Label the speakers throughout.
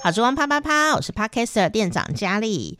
Speaker 1: 好时光啪啪啪，我是 Podcaster 店长佳丽。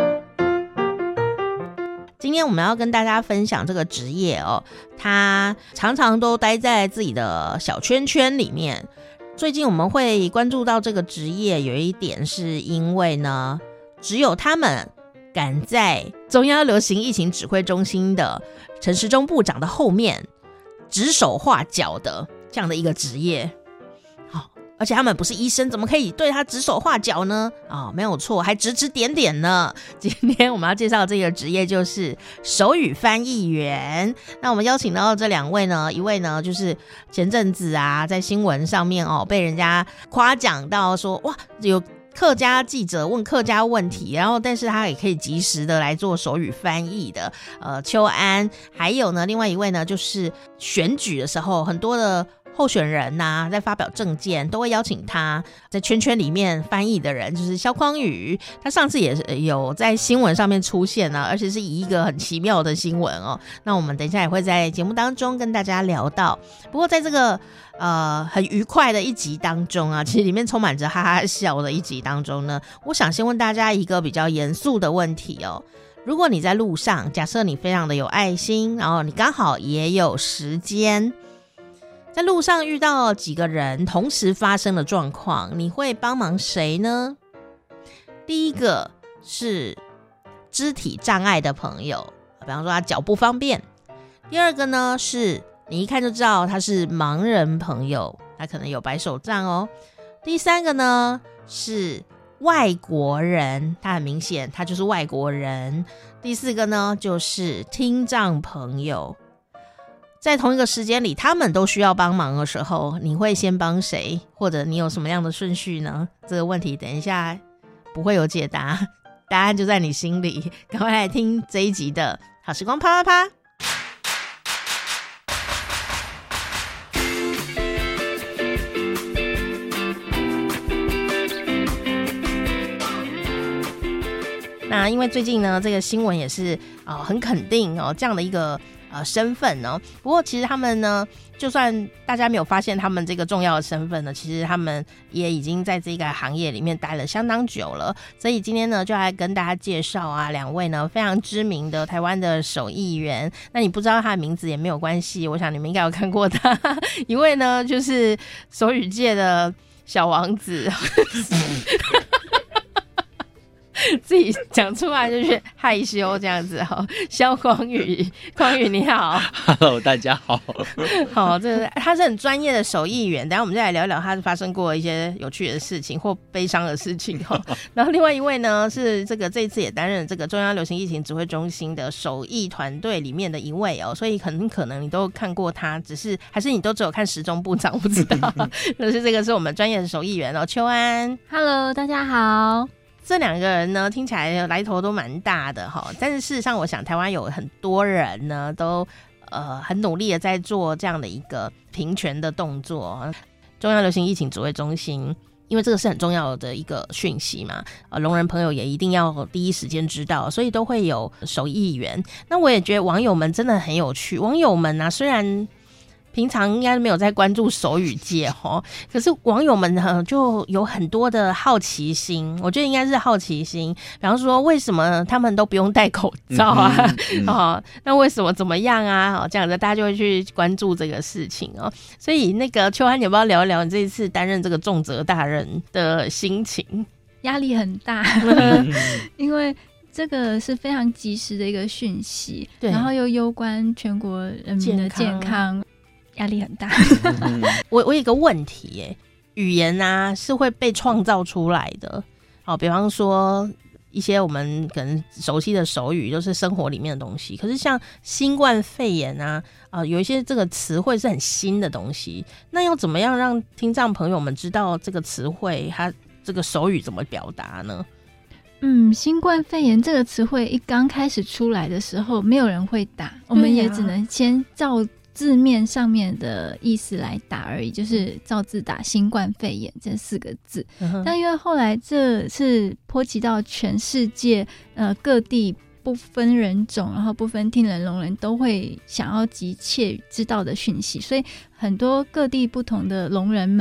Speaker 1: 今天我们要跟大家分享这个职业哦，他常常都待在自己的小圈圈里面。最近我们会关注到这个职业，有一点是因为呢，只有他们敢在中央流行疫情指挥中心的陈时中部长的后面指手画脚的这样的一个职业。而且他们不是医生，怎么可以对他指手画脚呢？没有错，还指指点点呢。今天我们要介绍这个职业就是手语翻译员。那我们邀请到这两位呢，一位呢就是前阵子在新闻上面被人家夸奖到说，哇，有客家记者问客家问题，然后但是他也可以及时的来做手语翻译的邱安。还有呢，另外一位呢就是选举的时候很多的候选人在发表政见都会邀请他在圈圈里面翻译的人，就是萧匡宇。他上次也有在新闻上面出现而且是以一个很奇妙的新闻那我们等一下也会在节目当中跟大家聊到。不过在这个很愉快的一集当中其实里面充满着哈哈笑的一集当中呢，我想先问大家一个比较严肃的问题如果你在路上，假设你非常的有爱心，然后你刚好也有时间，在路上遇到几个人同时发生的状况，你会帮忙谁呢？第一个是肢体障碍的朋友，比方说他脚不方便。第二个呢是你一看就知道他是盲人朋友，他可能有白手杖第三个呢是外国人，他很明显他就是外国人。第四个呢就是听障朋友。在同一个时间里他们都需要帮忙的时候，你会先帮谁？或者你有什么样的顺序呢？这个问题等一下不会有解答，答案就在你心里。赶快来听这一集的好时光啪啪啪。那因为最近呢这个新闻也是很肯定这样的一个身份不过其实他们呢，就算大家没有发现他们这个重要的身份呢，其实他们也已经在这个行业里面待了相当久了。所以今天呢就来跟大家介绍两位呢非常知名的台湾的手译员。那你不知道他的名字也没有关系，我想你们应该有看过他。一位呢就是手语界的小王子自己讲出来就是害羞这样子萧匡宇，匡宇你好。
Speaker 2: Hello， 大家好。
Speaker 1: 好，他是很专业的手译员，等一下我们再来聊聊他发生过一些有趣的事情或悲伤的事情然后另外一位呢是这一次也担任这个中央流行疫情指挥中心的手译团队里面的一位所以很可能你都看过他，还是你都只有看时中部长不知道就是这个是我们专业的手译员邱安。
Speaker 3: Hello， 大家好。
Speaker 1: 这两个人呢听起来来头都蛮大的但是事实上我想台湾有很多人呢都很努力的在做这样的一个平权的动作。中央流行疫情指挥中心因为这个是很重要的一个讯息嘛，聋人朋友也一定要第一时间知道，所以都会有手译员。那我也觉得网友们真的很有趣，网友们虽然平常应该没有在关注手语界可是网友们就有很多的好奇心，我觉得应该是好奇心，比方说为什么他们都不用戴口罩那为什么怎么样这样子大家就会去关注这个事情所以那个邱安，你要不要聊一聊你这一次担任这个重责大任的心情？
Speaker 3: 压力很大因为这个是非常及时的一个讯息，然后又攸关全国人民的健康，压力很大
Speaker 1: 我有一个问题语言是会被创造出来的比方说一些我们可能熟悉的手语就是生活里面的东西，可是像新冠肺炎有一些这个词汇是很新的东西，那要怎么样让听障朋友们知道这个词汇它这个手语怎么表达呢？
Speaker 3: 新冠肺炎这个词汇一刚开始出来的时候没有人会打，我们也只能先照字面上面的意思来打而已，就是照字打新冠肺炎这4个字但因为后来这是波及到全世界各地不分人种，然后不分听人聋人都会想要急切知道的讯息，所以很多各地不同的聋人们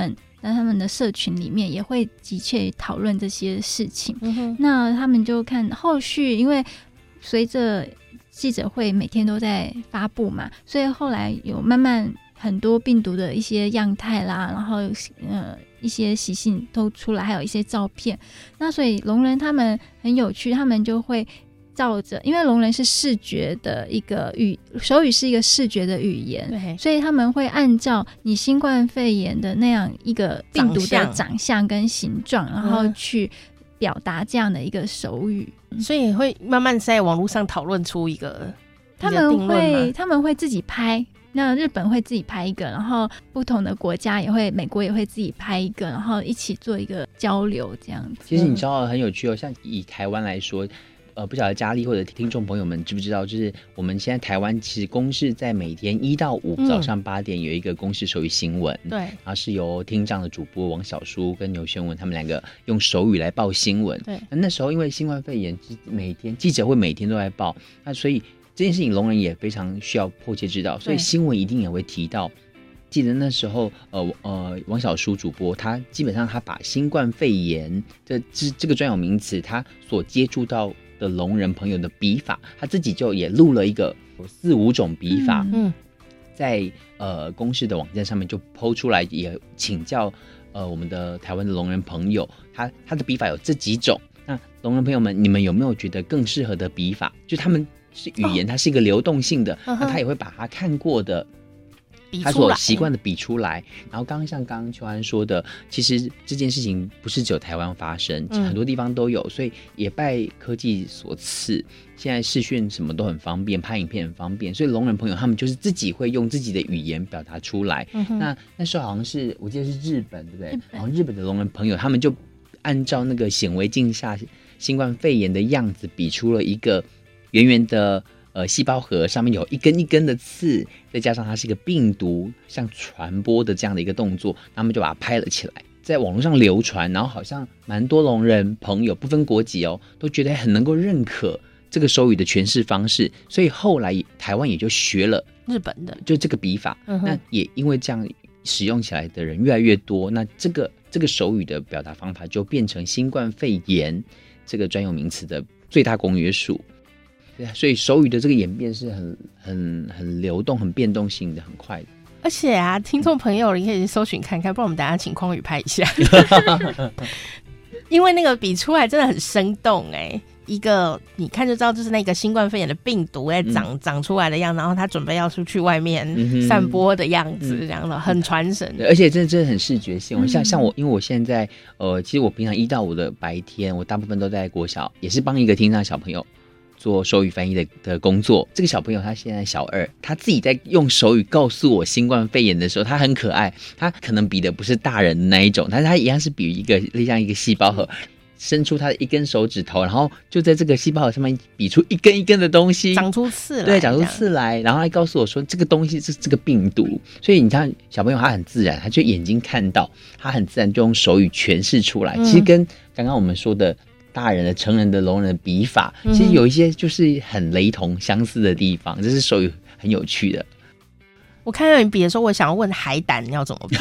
Speaker 3: 在他们的社群里面也会急切讨论这些事情。那他们就看后续，因为随着记者会每天都在发布嘛，所以后来有慢慢很多病毒的一些样态啦，然后一些习性都出来，还有一些照片。那所以聋人他们很有趣，他们就会照着，因为聋人是视觉的一个手语是一个视觉的语言，所以他们会按照你新冠肺炎的那样一个病毒的长相跟形状，然后去表达这样的一个手语。
Speaker 1: 所以会慢慢在网络上讨论出一个
Speaker 3: 他们会自己拍，那日本会自己拍一个，然后不同的国家也会，美国也会自己拍一个，然后一起做一个交流这样子。
Speaker 2: 其实你知道很有趣哦，像以台湾来说，不晓得嘉丽或者听众朋友们知不知道，就是我们现在台湾其实公视在每天1到5早上8点有一个公视手语新闻，对，然后是由听障的主播王小书跟牛宣文他们2个用手语来报新闻。对，那时候因为新冠肺炎，每天记者会每天都在报，那所以这件事情聋人也非常需要迫切知道，所以新闻一定也会提到。记得那时候王小书主播他基本上他把新冠肺炎这个专有名词他所接触到的聋人朋友的笔法，他自己就也录了一个4-5种笔法，在公视的网站上面就 po 出来，也请教我们的台湾的聋人朋友，他的笔法有这几种。那聋人朋友们，你们有没有觉得更适合的笔法？就他们是语言，它是一个流动性的，那他也会把他看过的。他所习惯的比出来，然后像刚刚邱安说的，其实这件事情不是只有台湾发生，很多地方都有，所以也拜科技所赐，现在视讯什么都很方便，拍影片很方便，所以聋人朋友他们就是自己会用自己的语言表达出来。那时候好像是我记得是日本，对不对？好像日本的聋人朋友他们就按照那个显微镜下新冠肺炎的样子，比出了一个圆圆的细胞核，上面有一根一根的刺，再加上它是一个病毒像传播的这样的一个动作，他们就把它拍了起来，在网络上流传，然后好像蛮多聋人朋友不分国籍都觉得很能够认可这个手语的诠释方式，所以后来台湾也就学了
Speaker 1: 日本的
Speaker 2: 就这个笔法。那也因为这样使用起来的人越来越多，那这个手语的表达方法就变成新冠肺炎这个专有名词的最大公约数。所以手语的这个演变是很流动、很变动性的、很快的。
Speaker 1: 而且啊，听众朋友，你可以搜寻看看，不然我们等一下请匡宇拍一下，因为那个比出来真的很生动一个你看就知道，就是那个新冠肺炎的病毒长出来的样子，然后他准备要出去外面散播的样子，这样的很传神。
Speaker 2: 而且真的很视觉性。像我，因为我现在其实我平常1到5的白天，我大部分都在国小，也是帮一个听障小朋友做手语翻译的工作。这个小朋友他现在小2，他自己在用手语告诉我新冠肺炎的时候，他很可爱，他可能比的不是大人的那一种，但是他一样是比一个像一个细胞核，伸出他的一根手指头，然后就在这个细胞核上面比出一根一根的东西，
Speaker 1: 长出刺来，
Speaker 2: 对，长出刺来，然后还告诉我说这个东西是这个病毒。所以你看小朋友他很自然，他就眼睛看到，他很自然就用手语诠释出来。其实跟刚刚我们说的大人的、成人的、聋人的笔法，其实有一些就是很雷同、相似的地方，这是手语很有趣的。
Speaker 1: 我看到你比的时候，我想要问海胆你要怎么比？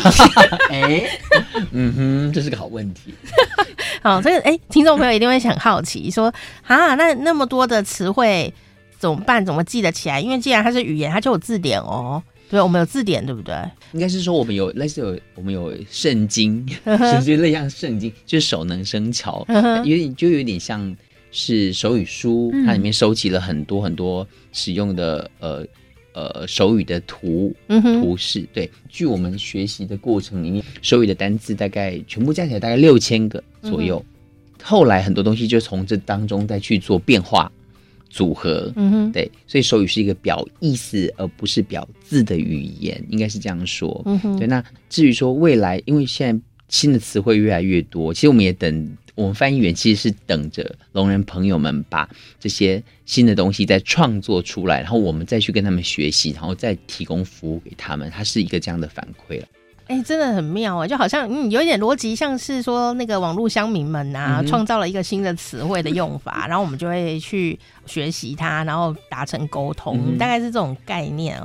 Speaker 2: 这是个好问题。
Speaker 1: 好，这个听众朋友一定会很好奇，说那么多的词汇怎么办？怎么记得起来？因为既然它是语言，它就有字典对，我们有字典，对不对？
Speaker 2: 应该是说我们有类似我们有圣经，就是类像圣经，就是手能生巧，有点像是手语书，它里面收集了很多很多使用的手语的图示。对，据我们学习的过程里面，手语的单字大概全部加起来大概6000个左右。后来很多东西就从这当中再去做变化组合。对，所以手语是一个表意思而不是表字的语言，应该是这样说。对，那至于说未来，因为现在新的词汇越来越多，其实我们也我们翻译员其实是等着聋人朋友们把这些新的东西再创作出来，然后我们再去跟他们学习，然后再提供服务给他们，它是一个这样的反馈了。
Speaker 1: 真的很妙就好像有一点逻辑，像是说那个网络乡民们创造了一个新的词汇的用法，然后我们就会去学习它，然后达成沟通，大概是这种概念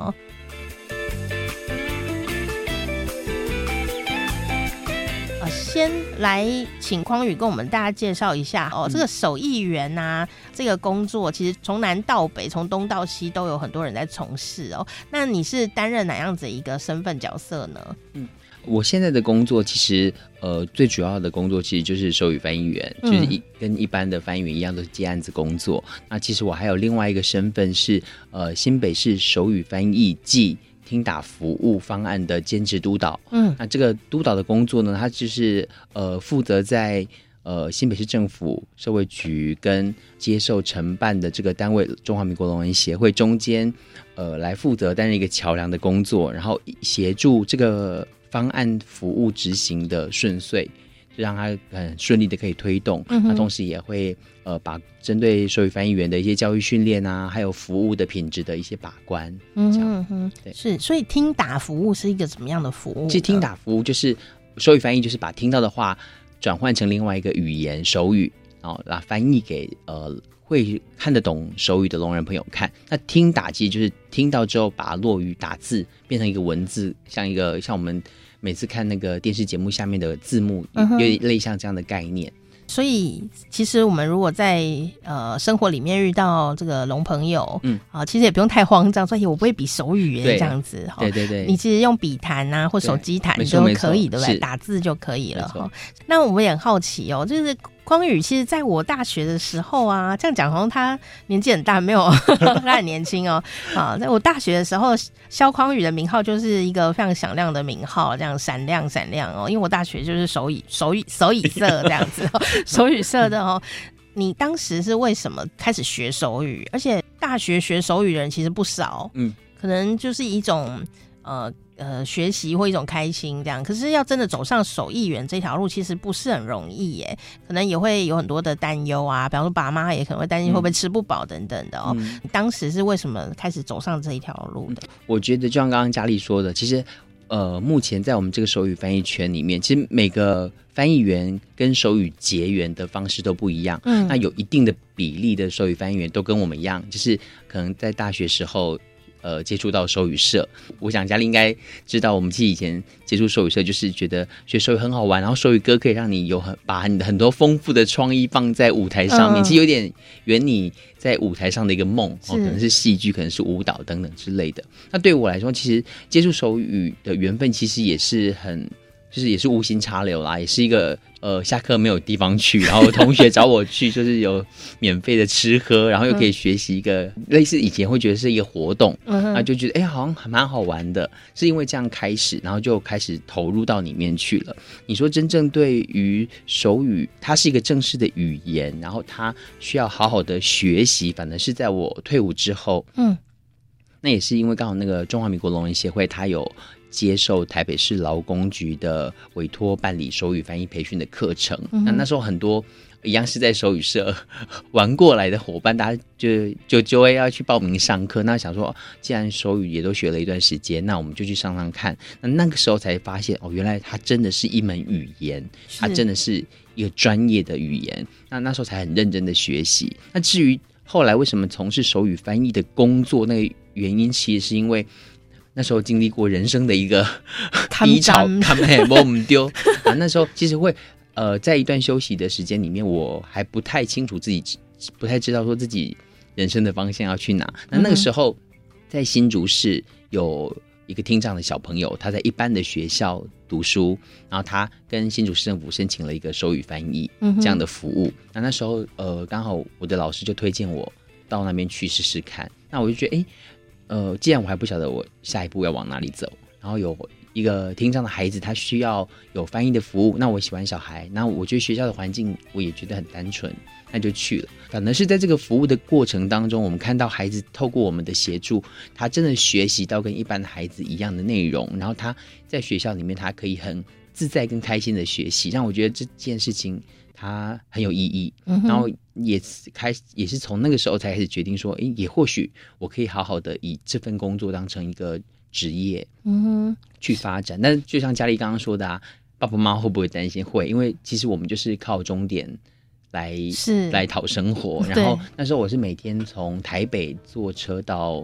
Speaker 1: 先来请匡宇跟我们大家介绍一下这个手艺员啊，这个工作其实从南到北，从东到西都有很多人在从事那你是担任哪样子一个身份角色呢？
Speaker 2: 我现在的工作其实最主要的工作其实就是手语翻译员，就是跟一般的翻译员一样，都是接案子工作。那其实我还有另外一个身份是新北市手语翻译暨听打服务方案的兼职督导。那这个督导的工作呢，它就是负责在新北市政府社会局跟接受承办的这个单位中华民国聋人协会中间来负责担任一个桥梁的工作，然后协助这个方案服务执行的顺遂，就让它很顺利的可以推动。那同时也会把针对手语翻译员的一些教育训练啊，还有服务的品质的一些把关。对，
Speaker 1: 是。所以听打服务是一个怎么样的服务？
Speaker 2: 其实听打服务就是手语翻译，就是把听到的话转换成另外一个语言手语，然后来翻译给会看得懂手语的聋人朋友看。那听打其实就是听到之后把它落语打字变成一个文字，像我们每次看那个电视节目下面的字幕，有点类像这样的概念。
Speaker 1: 所以其实我们如果在生活里面遇到这个聋朋友，其实也不用太慌张，说我不会比手语耶这样子。
Speaker 2: 对对对，
Speaker 1: 你其实用笔弹啊或手机弹就可以，对不对？打字就可以了。那我们也很好奇就是匡宇其实在我大学的时候啊，这样讲好像他年纪很大，没有他很年轻在我大学的时候，萧匡宇的名号就是一个非常响亮的名号，这样闪亮闪亮因为我大学就是手语社这样子手语社的你当时是为什么开始学手语？而且大学学手语的人其实不少，可能就是一种学习或一种开心这样，可是要真的走上手艺员这条路其实不是很容易耶，可能也会有很多的担忧啊，比方说爸妈也可能会担心会不会吃不饱等等的你当时是为什么开始走上这一条路的？
Speaker 2: 我觉得就像刚刚嘉丽说的，其实目前在我们这个手语翻译圈里面，其实每个翻译员跟手语结缘的方式都不一样。那有一定的比例的手语翻译员都跟我们一样，就是可能在大学时候接触到手语社。我想嘉丽应该知道，我们其实以前接触手语社就是觉得学手语很好玩，然后手语歌可以让你把你的很多丰富的创意放在舞台上面，其实有点圆你在舞台上的一个梦可能是戏剧，可能是舞蹈等等之类的。那对我来说，其实接触手语的缘分其实也是也是无心插柳啦，也是一个下课没有地方去，然后同学找我去，就是有免费的吃喝，然后又可以学习一个类似以前会觉得是一个活动，那就觉得好像还蛮好玩的，是因为这样开始，然后就开始投入到里面去了。你说真正对于手语，它是一个正式的语言，然后它需要好好的学习，反正是在我退伍之后，那也是因为刚好那个中华民国聋人协会，它有接受台北市劳工局的委托办理手语翻译培训的课程。那时候很多一样是在手语社玩过来的伙伴，大家就会要去报名上课。那想说既然手语也都学了一段时间，那我们就去上上看。那个时候才发现原来它真的是一门语言，它真的是一个专业的语言。那时候才很认真的学习。那至于后来为什么从事手语翻译的工作，那个原因其实是因为那时候经历过人生的一个低潮，我们丢那时候其实会在一段休息的时间里面，我还不太清楚自己，不太知道说自己人生的方向要去哪。那个时候在新竹市有一个听障的小朋友，他在一般的学校读书，然后他跟新竹市政府申请了一个手语翻译这样的服务。那时候刚好我的老师就推荐我到那边去试试看。那我就觉得既然我还不晓得我下一步要往哪里走，然后有一个听障的孩子他需要有翻译的服务，那我喜欢小孩，那我觉得学校的环境我也觉得很单纯，那就去了。反而是在这个服务的过程当中，我们看到孩子透过我们的协助，他真的学习到跟一般的孩子一样的内容，然后他在学校里面他可以很自在跟开心的学习，让我觉得这件事情它很有意义。然后也是从那个时候才开始决定说也或许我可以好好的以这份工作当成一个职业去发展。但就像嘉丽刚刚说的爸爸妈妈会不会担心？会，因为其实我们就是靠钟点来讨生活。然后那时候我是每天从台北坐车到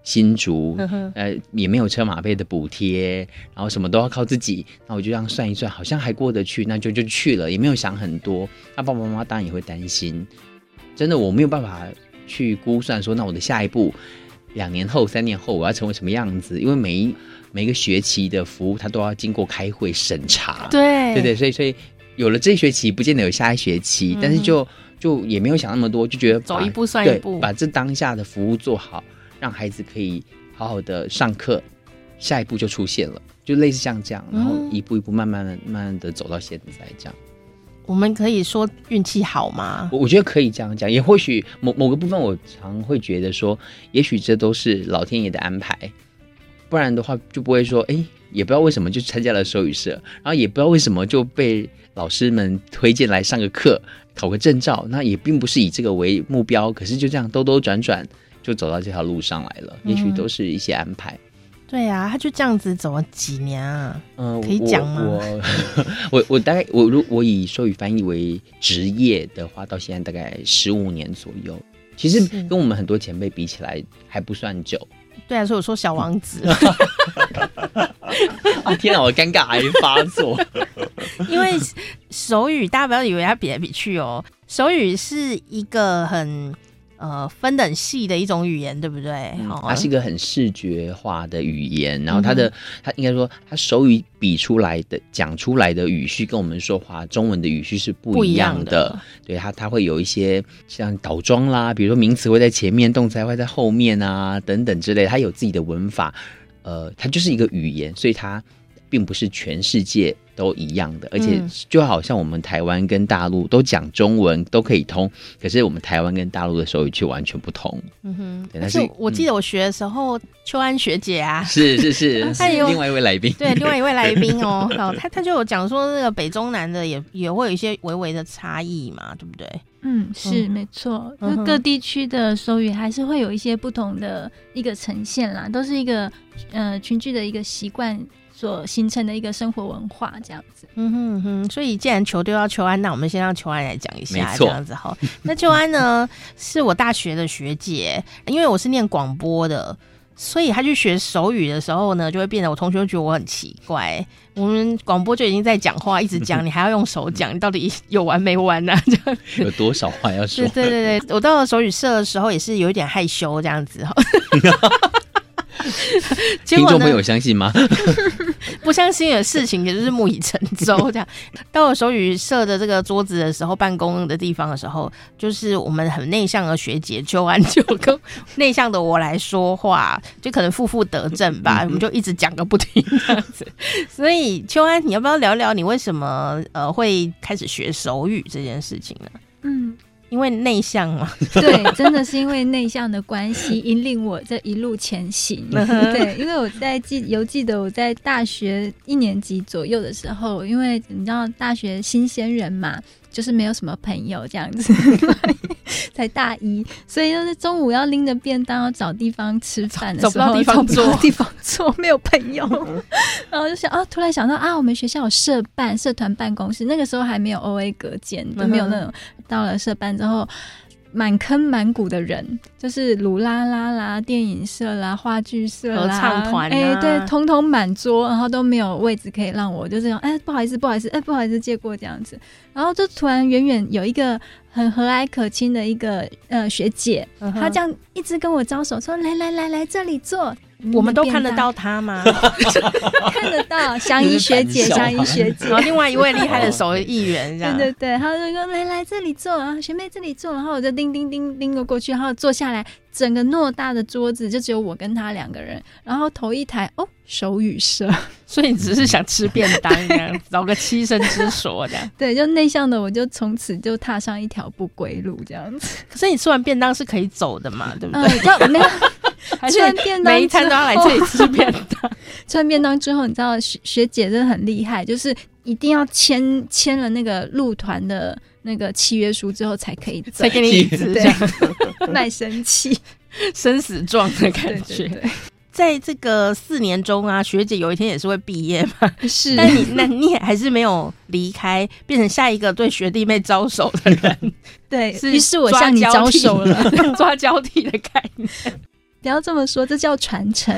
Speaker 2: 新竹，也没有车马费的补贴，然后什么都要靠自己，那我就这样算一算，好像还过得去，那就去了，也没有想很多。那爸爸妈妈当然也会担心，真的我没有办法去估算说，那我的下一步2年后、3年后我要成为什么样子，因为每一个学期的服务，它都要经过开会审查，对，所以有了这一学期，不见得有下一学期，但是就也没有想那么多，就觉得
Speaker 1: 走一步算一步，
Speaker 2: 把这当下的服务做好。让孩子可以好好的上课，下一步就出现了，就类似像这样，然后一步一步慢慢的走到现在这样。
Speaker 1: 我们可以说运气好吗？
Speaker 2: 我觉得可以这样讲，也或许某个部分我常会觉得说，也许这都是老天爷的安排，不然的话就不会说也不知道为什么就参加了手语社，然后也不知道为什么就被老师们推荐来上个课考个证照，那也并不是以这个为目标，可是就这样兜兜转转就走到这条路上来了，也许都是一些安排。
Speaker 1: 对啊，他就这样子走了几年啊？可以讲吗？
Speaker 2: 我大概我以手语翻译为职业的话，到现在大概15年左右，其实跟我们很多前辈比起来还不算久。
Speaker 1: 对啊，所以我说小王子。
Speaker 2: 天啊，我尴尬还发作。
Speaker 1: 因为手语大家不要以为它比来比去哦，手语是一个很分等细的一种语言，对不对？
Speaker 2: 它是一个很视觉化的语言，然后它应该说它手语比出来的讲出来的语序跟我们说话中文的语序是不一样的。对，它会有一些像倒装啦，比如说名词会在前面，动词会在后面啊等等之类的，它有自己的文法。它就是一个语言，所以它并不是全世界都一样的，而且就好像我们台湾跟大陆都讲中文都可以通，可是我们台湾跟大陆的手语却完全不同。
Speaker 1: 但是我记得我学的时候，秋安学姐啊，
Speaker 2: 是另外一位来宾，
Speaker 1: 对，另外一位来宾哦，他就有讲说那个北中南的也会有一些微微的差异嘛，对不对？
Speaker 3: 是没错，各地区的手语还是会有一些不同的一个呈现啦，都是一个群聚的一个习惯所形成的一个生活文化这样子。
Speaker 1: 所以既然球丢到秋安，那我们先让秋安来讲一下，这样子好。那秋安呢是我大学的学姐，因为我是念广播的，所以他去学手语的时候呢，就会变得我同学觉得我很奇怪。我们广播就已经在讲话，一直讲，你还要用手讲，你到底有完没完啊？这样
Speaker 2: 有多少话要说？
Speaker 1: 对，我到了手语社的时候也是有一点害羞这样子。
Speaker 2: 听众朋友相信吗？
Speaker 1: 不相信的事情也就是木已成舟这样。到了手语社的这个桌子的时候，办公的地方的时候，就是我们很内向的学姐秋安就跟内向的我来说话，就可能负得正吧，我们就一直讲个不停这样子。所以秋安，你要不要聊聊你为什么会开始学手语这件事情呢？因为内向嘛。
Speaker 3: 对，真的是因为内向的关系引领我这一路前行。对，因为我记得我在大学1年级左右的时候，因为你知道大学新鲜人嘛，就是没有什么朋友这样子。才大一，所以就是中午要拎着便当要找地方吃饭的时候，
Speaker 1: 找不到
Speaker 3: 地方坐，没有朋友。然后就想突然想到我们学校有社团办公室，那个时候还没有 OA 隔间，就没有那种。到了社办之后，满坑满谷的人，就是鲁拉拉啦、电影社啦、话剧社啦、
Speaker 1: 合唱团啊，
Speaker 3: 对，通通满桌，然后都没有位置可以让我，就这样，不好意思，不好意思，借过这样子。然后就突然远远有一个很和蔼可亲的一个学姐，她这样一直跟我招手说：“来，这里坐。”
Speaker 1: 我们都看得到他吗？
Speaker 3: 看得到，祥仪学姐，然
Speaker 1: 后另外一位厉害的手艺员，这样
Speaker 3: 对，他就说来这里坐啊，学妹这里坐，然后我就叮了过去，然后坐下来，整个偌大的桌子就只有我跟他2个人，然后头一台手语社，
Speaker 1: 所以你只是想吃便当这样，找个栖身之所这样。
Speaker 3: 对，就内向的我就从此就踏上一条不归路这样子。
Speaker 1: 可是你吃完便当是可以走的嘛，对不对？
Speaker 3: 没有。
Speaker 1: 吃完便当每一餐都要来这里吃便当。
Speaker 3: 吃完便当之后，你知道学姐真的很厉害，就是一定要签了那个入团的那个契约书之后才可以走，
Speaker 1: 才给你椅子，这样
Speaker 3: 卖身契、
Speaker 1: 生死状的感觉。
Speaker 3: 对。
Speaker 1: 在这个4年中啊，学姐有一天也是会毕业嘛，
Speaker 3: 是，
Speaker 1: 但你还是没有离开，变成下一个对学弟妹招手的人。
Speaker 3: 对，于是我向你招手了，
Speaker 1: 抓交替的概念。
Speaker 3: 不要这么说，这叫传承。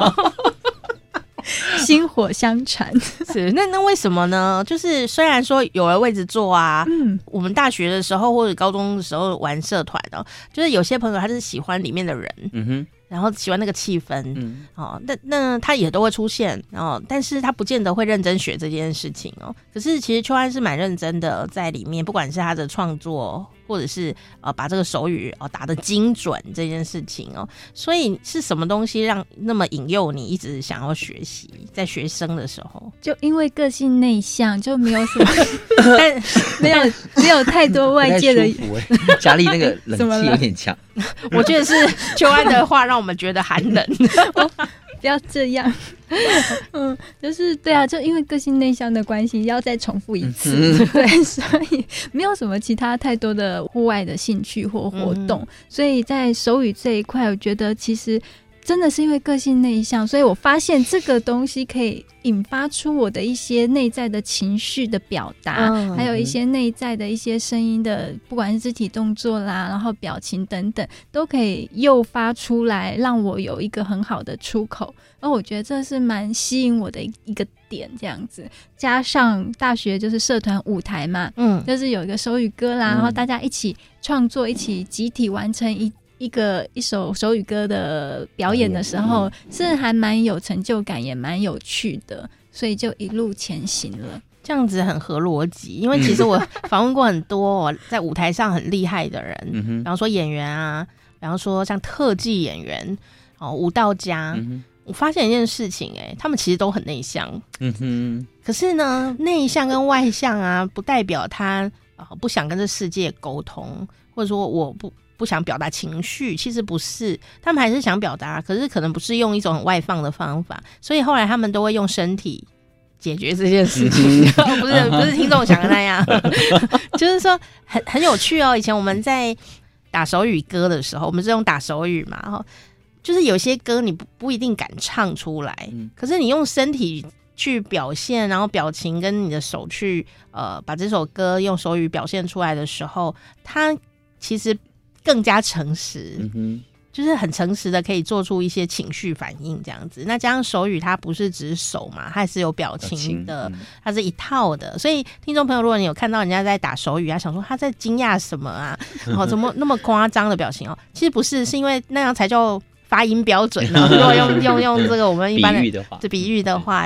Speaker 3: 薪火相传。
Speaker 1: 是那为什么呢？就是虽然说有了位置坐啊，我们大学的时候或者高中的时候玩社团哦，就是有些朋友他是喜欢里面的人，然后喜欢那个气氛，那他也都会出现但是他不见得会认真学这件事情哦。可是其实秋安是蛮认真的在里面，不管是他的创作，或者是把这个手语打得精准这件事情哦。所以是什么东西让那么引诱你一直想要学习？在学生的时候，
Speaker 3: 就因为个性内向，就没有什么，没有太多外界的。
Speaker 2: 家里那个冷气有点强。
Speaker 1: 我觉得是秋安的话让我们觉得寒冷。
Speaker 3: 不要这样。就是对啊，就因为个性内向的关系，要再重复一次。对，所以没有什么其他太多的户外的兴趣或活动，所以在手语这一块，我觉得其实真的是因为个性内向，所以我发现这个东西可以引发出我的一些内在的情绪的表达，还有一些内在的一些声音的，不管是肢体动作啦，然后表情等等，都可以诱发出来，让我有一个很好的出口。而我觉得这是蛮吸引我的一个点，这样子。加上大学就是社团舞台嘛，就是有一个手语歌啦，然后大家一起创作，一起集体完成一首手语歌的表演的时候，是还蛮有成就感，也蛮有趣的，所以就一路前行了。
Speaker 1: 这样子很合逻辑，因为其实我访问过很多在舞台上很厉害的人，比方说演员啊，比方说像特技演员、舞蹈家。我发现一件事情，他们其实都很内向。可是呢，内向跟外向啊，不代表他不想跟这世界沟通，或者说我不想表达情绪，其实不是，他们还是想表达，可是可能不是用一种很外放的方法，所以后来他们都会用身体解决这件事情。不是听众想的那样。就是说很有趣哦。以前我们在打手语歌的时候，我们是用打手语嘛，就是有些歌你不一定敢唱出来，可是你用身体去表现，然后表情跟你的手去把这首歌用手语表现出来的时候，它其实更加诚实，就是很诚实的可以做出一些情绪反应这样子。那加上手语它不是只是手嘛，它还是有表情的，它是一套的。所以听众朋友，如果你有看到人家在打手语，他想说他在惊讶什么啊，怎么那么夸张的表情哦？其实不是，是因为那样才叫发音标准。如果用这个我们一般的比喻的话，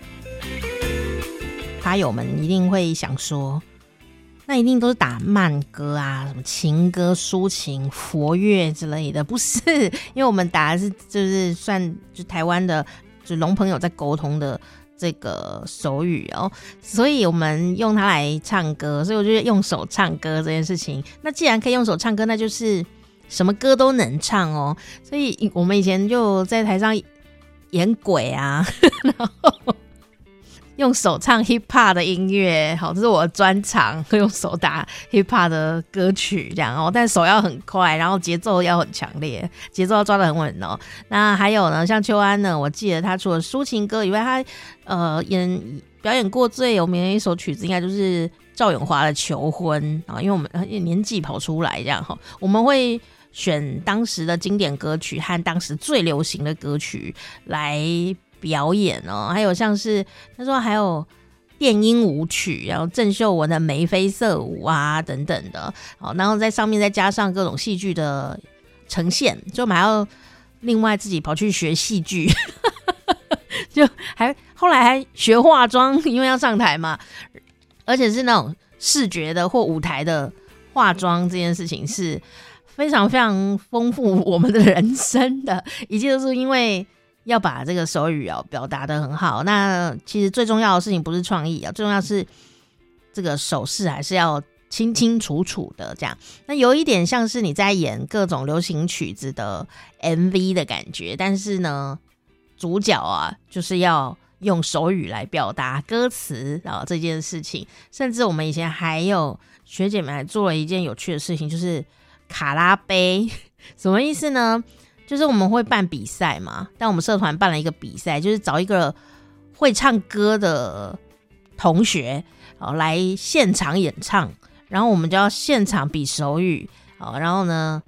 Speaker 1: 发友们一定会想说，那一定都是打慢歌啊，什么情歌、抒情、佛乐之类的，不是？因为我们打的是就是算就台湾的就聋朋友在沟通的这个手语哦，所以我们用它来唱歌，所以我觉得用手唱歌这件事情，那既然可以用手唱歌，那就是什么歌都能唱哦。所以我们以前就在台上演鬼啊，然后用手唱 hip hop 的音乐，好，这是我的专长，用手打 hip hop 的歌曲这样哦，但手要很快，然后节奏要很强烈，节奏要抓得很稳哦。那还有呢，像秋安呢，我记得他除了抒情歌以外，他表演过最有名的一首曲子，应该就是赵咏华的《求婚》啊，因为我们年纪跑出来这样哈，我们会选当时的经典歌曲和当时最流行的歌曲来表演哦，还有像是他说还有电音舞曲，然后郑秀文的眉飞色舞啊等等的，好，然后在上面再加上各种戏剧的呈现，就我们还要另外自己跑去学戏剧，就后来还学化妆，因为要上台嘛，而且是那种视觉的或舞台的化妆，这件事情是非常非常丰富我们的人生的，一切都是因为要把这个手语表达得很好。那其实最重要的事情不是创意最重要是这个手势还是要清清楚楚的这样。那有一点像是你在演各种流行曲子的 MV 的感觉，但是呢主角就是要用手语来表达歌词这件事情。甚至我们以前还有学姐们还做了一件有趣的事情，就是卡拉杯。什么意思呢？就是我们会办比赛嘛，但我们社团办了一个比赛，就是找一个会唱歌的同学来现场演唱，然后我们就要现场比手语，然后呢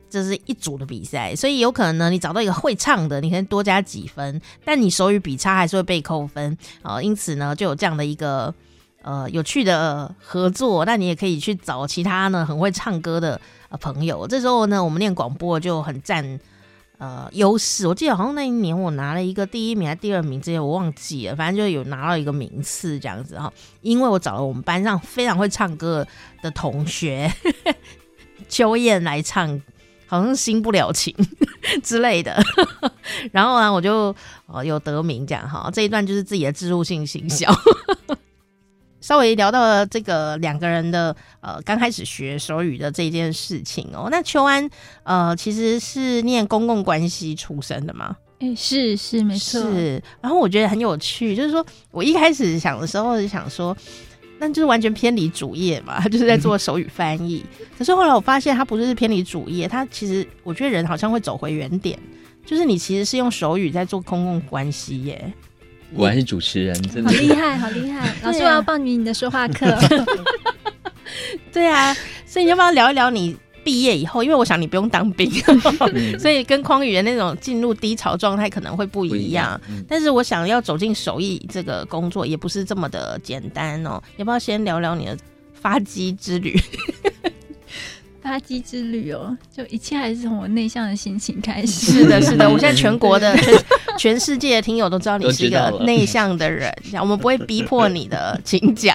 Speaker 1: 这是一组的比赛，所以有可能呢，你找到一个会唱的，你可能多加几分，但你手语比差还是会被扣分因此呢，就有这样的一个有趣的合作。那你也可以去找其他呢很会唱歌的朋友。这时候呢，我们念广播就很占优势。我记得好像那一年我拿了一个第1名还是第2名，这些我忘记了，反正就有拿到一个名次这样子因为我找了我们班上非常会唱歌的同学秋燕来唱。好像新不了情之类的然后呢我就有得名这样这一段就是自己的置入性行销稍微聊到了这个2个人的刚开始学手语的这件事情那秋安其实是念公共关系出身的吗？
Speaker 3: 是没错。
Speaker 1: 是，然后我觉得很有趣，就是说我一开始想的时候就想说那就是完全偏离主业嘛，他就是在做手语翻译可是后来我发现他不是偏离主业，他其实我觉得人好像会走回原点，就是你其实是用手语在做公共关系耶。
Speaker 2: 果然是主持人，真的
Speaker 3: 好厉害好厉害老师我要报名你的说话课
Speaker 1: 对啊，所以你要不要聊一聊你毕业以后，因为我想你不用当兵所以跟匡宇的那种进入低潮状态可能会不一样但是我想要走进手艺这个工作也不是这么的简单要不要先聊聊你的发迹之旅
Speaker 3: 发迹之旅就一切还是从我内向的心情开始。
Speaker 1: 是的是的我现在全国的全世界的听友都知道你是一个内向的人我们不会逼迫你的请讲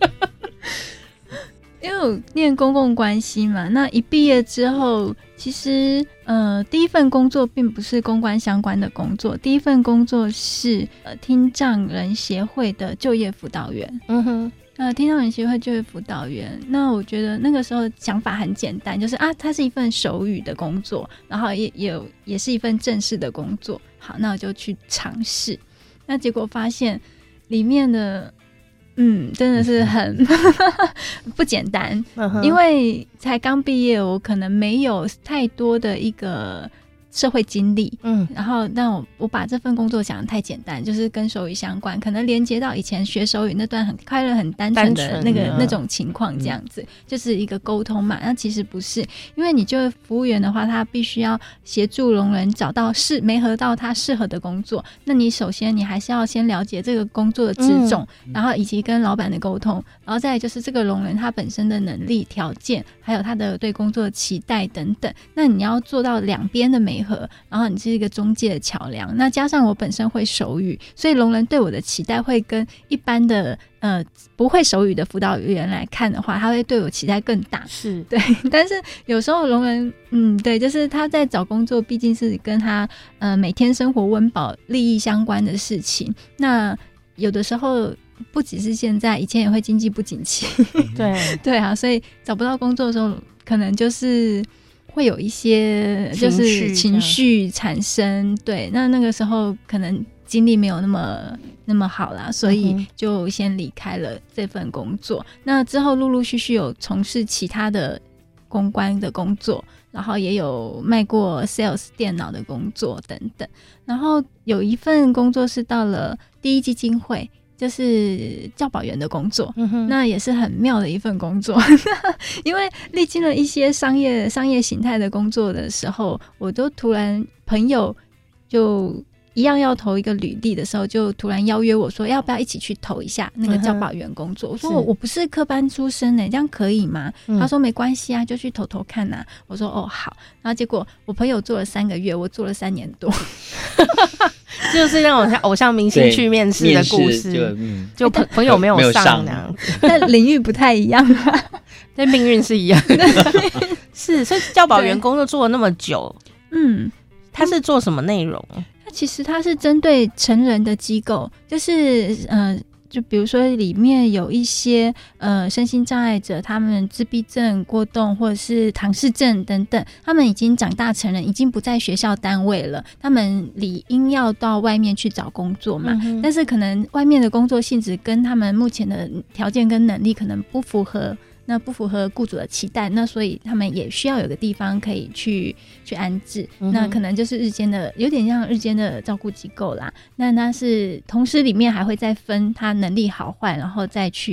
Speaker 3: 因为我念公共关系嘛，那一毕业之后其实第一份工作并不是公关相关的工作，第一份工作是听障人协会的就业辅导员。听障人协会就业辅导员，那我觉得那个时候想法很简单，就是它是一份手语的工作，然后也是一份正式的工作。好，那我就去尝试，那结果发现里面的真的是很不简单因为才刚毕业，我可能没有太多的一个社会经历然后但我把这份工作想得太简单，就是跟手语相关，可能连接到以前学手语那段很快乐很单纯的那种情况，这样子就是一个沟通嘛。那其实不是，因为你就服务员的话，他必须要协助聋人找到媒合到他适合的工作，那你首先你还是要先了解这个工作的职种然后以及跟老板的沟通，然后再来就是这个聋人他本身的能力条件，还有他的对工作的期待等等，那你要做到两边的媒合，然后你是一个中介的桥梁。那加上我本身会手语，所以聋人对我的期待会跟一般的不会手语的辅导员来看的话，他会对我期待更大。
Speaker 1: 是
Speaker 3: 对，但是有时候聋人对，就是他在找工作毕竟是跟他每天生活温饱利益相关的事情，那有的时候不只是现在，以前也会经济不景气
Speaker 1: 对
Speaker 3: 对啊，所以找不到工作的时候可能就是会有一些就是情绪产生，对，那个时候可能精力没有那么好啦，所以就先离开了这份工作。那之后陆陆续续有从事其他的公关的工作，然后也有卖过 sales 电脑的工作等等。然后有一份工作是到了第一基金会，就是教保员的工作，那也是很妙的一份工作因为历经了一些商业形态的工作的时候，我都突然朋友就一样要投一个履历的时候，就突然邀约我说要不要一起去投一下那个教保员工作。我说我不是科班出身这样可以吗？他说没关系啊，就去投看啊。我说哦好，然后结果我朋友做了3个月，我做了3年多
Speaker 1: 就是那种像偶像明星去面试的故事，就朋友没有上那样子
Speaker 3: 但领域不太一样
Speaker 1: 但命运是一样的是，所以教保员工作做了那么久，他是做什么内容？
Speaker 3: 其实它是针对成人的机构，就是就比如说里面有一些身心障碍者，他们自闭症、过动或者是唐氏症等等，他们已经长大成人，已经不在学校单位了，他们理应要到外面去找工作嘛，但是可能外面的工作性质跟他们目前的条件跟能力可能不符合雇主的期待，那所以他们也需要有个地方可以去安置，那可能就是有点像日间的照顾机构啦。那是同时里面还会再分他能力好坏，然后再去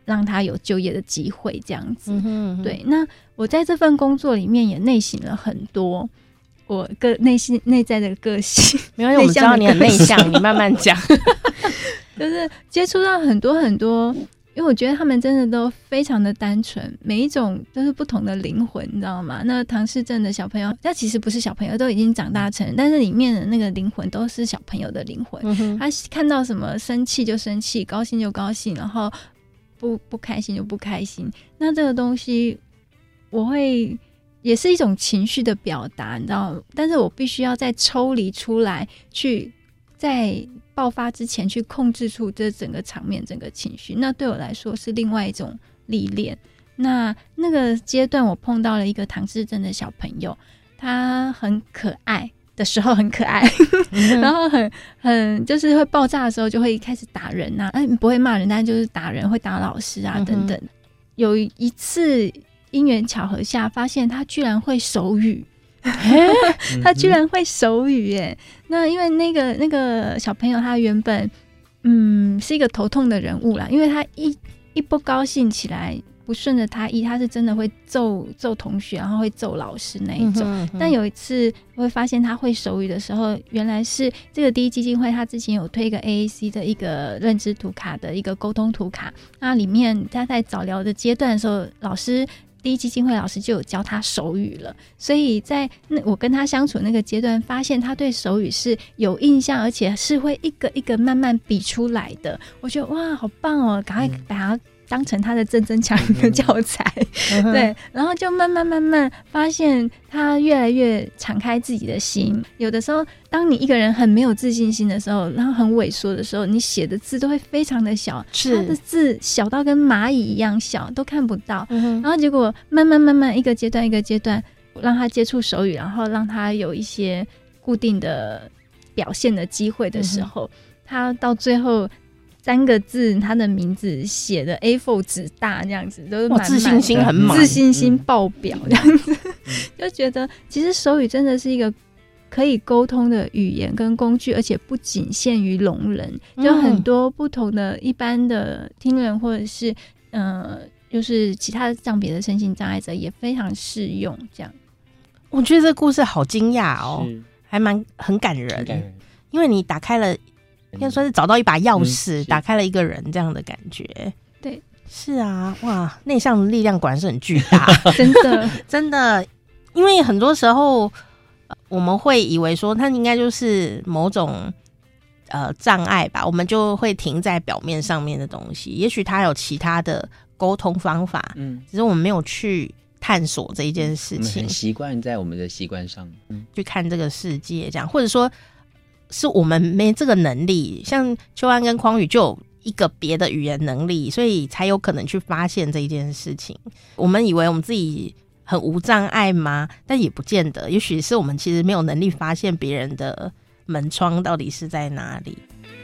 Speaker 3: 让他有就业的机会这样子。对，那我在这份工作里面也内省了很多我内在的个性。
Speaker 1: 没关系，我们知道你很内向，你慢慢讲。
Speaker 3: 就是接触到很多很多，因为我觉得他们真的都非常的单纯，每一种都是不同的灵魂，你知道吗？那唐氏症的小朋友，他其实不是小朋友，都已经长大成人，但是里面的那个灵魂都是小朋友的灵魂。他看到什么生气就生气，高兴就高兴，然后不开心就不开心。那这个东西我会也是一种情绪的表达，你知道，但是我必须要再抽离出来，去在爆发之前去控制住这整个场面整个情绪，那对我来说是另外一种历练。那个阶段我碰到了一个唐氏症的小朋友，他很可爱的时候很可爱然后很就是会爆炸的时候就会开始打人啊，不会骂人，但就是打人，会打老师啊等等。有一次因缘巧合下发现他居然会手语他居然会手语耶！那因为那个小朋友他原本是一个头痛的人物啦，因为他一不高兴起来不顺着他意，他是真的会揍同学，然后会揍老师那一种。但有一次会发现他会手语的时候，原来是这个第一基金会他之前有推一个 AAC 的一个认知图卡的一个沟通图卡，那里面他在早疗的阶段的时候，第一基金会老师就有教他手语了，所以在我跟他相处那个阶段，发现他对手语是有印象，而且是会一个一个慢慢比出来的。我觉得哇，好棒哦，赶快把他当成他的正强的教材对，然后就慢慢发现他越来越敞开自己的心。有的时候当你一个人很没有自信心的时候，然后很萎缩的时候，你写的字都会非常的小，他的字小到跟蚂蚁一样小，都看不到。然后结果慢慢一个阶段一个阶段让他接触手语，然后让他有一些固定的表现的机会的时候，他到最后3个字他的名字写的 A4 纸大这样子，都是满满的
Speaker 1: 自信心很满，
Speaker 3: 自信心爆表这样子就觉得其实手语真的是一个可以沟通的语言跟工具，而且不仅限于聋人，就很多不同的一般的听人或者是就是其他障别的身心障碍者也非常适用这样。
Speaker 1: 我觉得这个故事好惊讶哦，还很感人，因为你打开了应该说是找到一把钥匙，打开了一个人这样的感觉。
Speaker 3: 对，
Speaker 1: 是啊，哇，内向的力量果然是很巨大
Speaker 3: 真的
Speaker 1: 真的，因为很多时候我们会以为说它应该就是某种障碍吧，我们就会停在表面上面的东西，也许它有其他的沟通方法，只是我们没有去探索这一件事情，我们
Speaker 2: 很习惯在我们的习惯上
Speaker 1: 去看这个世界这样，或者说是我们没这个能力，像秋安跟匡宇就有一个别的语言能力，所以才有可能去发现这一件事情。我们以为我们自己很无障碍吗？但也不见得，也许是我们其实没有能力发现别人的门窗到底是在哪里。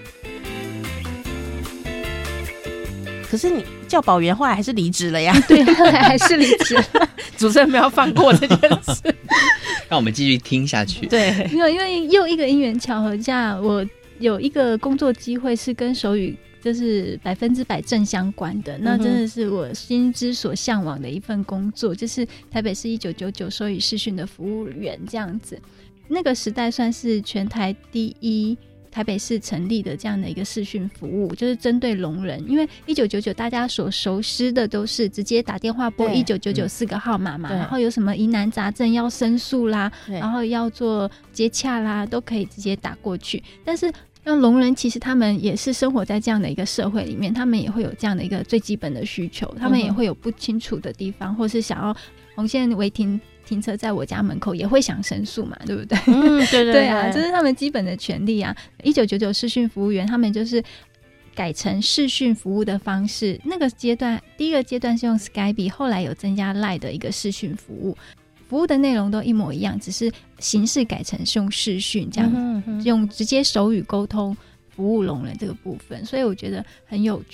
Speaker 1: 可是你教保员后来还是离职了呀？
Speaker 3: 对，后来还是离职了
Speaker 1: 主持人没有放过这件事
Speaker 2: 让我们继续听下去。
Speaker 1: 对，
Speaker 3: 因为又一个因缘巧合下，我有一个工作机会是跟手语就是100%正相关的，那真的是我心之所向往的一份工作，就是台北市1999手语视讯的服务员这样子。那个时代算是全台第一台北市成立的这样的一个视讯服务，就是针对聋人。因为1999大家所熟悉的都是直接打电话拨1999个号码嘛，然后有什么疑难杂症要申诉啦，然后要做接洽啦，都可以直接打过去。但是那聋人其实他们也是生活在这样的一个社会里面，他们也会有这样的一个最基本的需求，他们也会有不清楚的地方，或是想要红线违停车在我家门口也会想申诉嘛，对不对？
Speaker 1: 对
Speaker 3: 对啊，这是他们基本的权利啊。1999视讯服务员他们就是改成视讯服务的方式，那个阶段第一个阶段是用 Skype， 后来有增加 LINE 的一个视讯服务，服务的内容都一模一样，只是形式改成是用视讯这样，用直接手语沟通服务聋人这个部分，所以我觉得很有趣。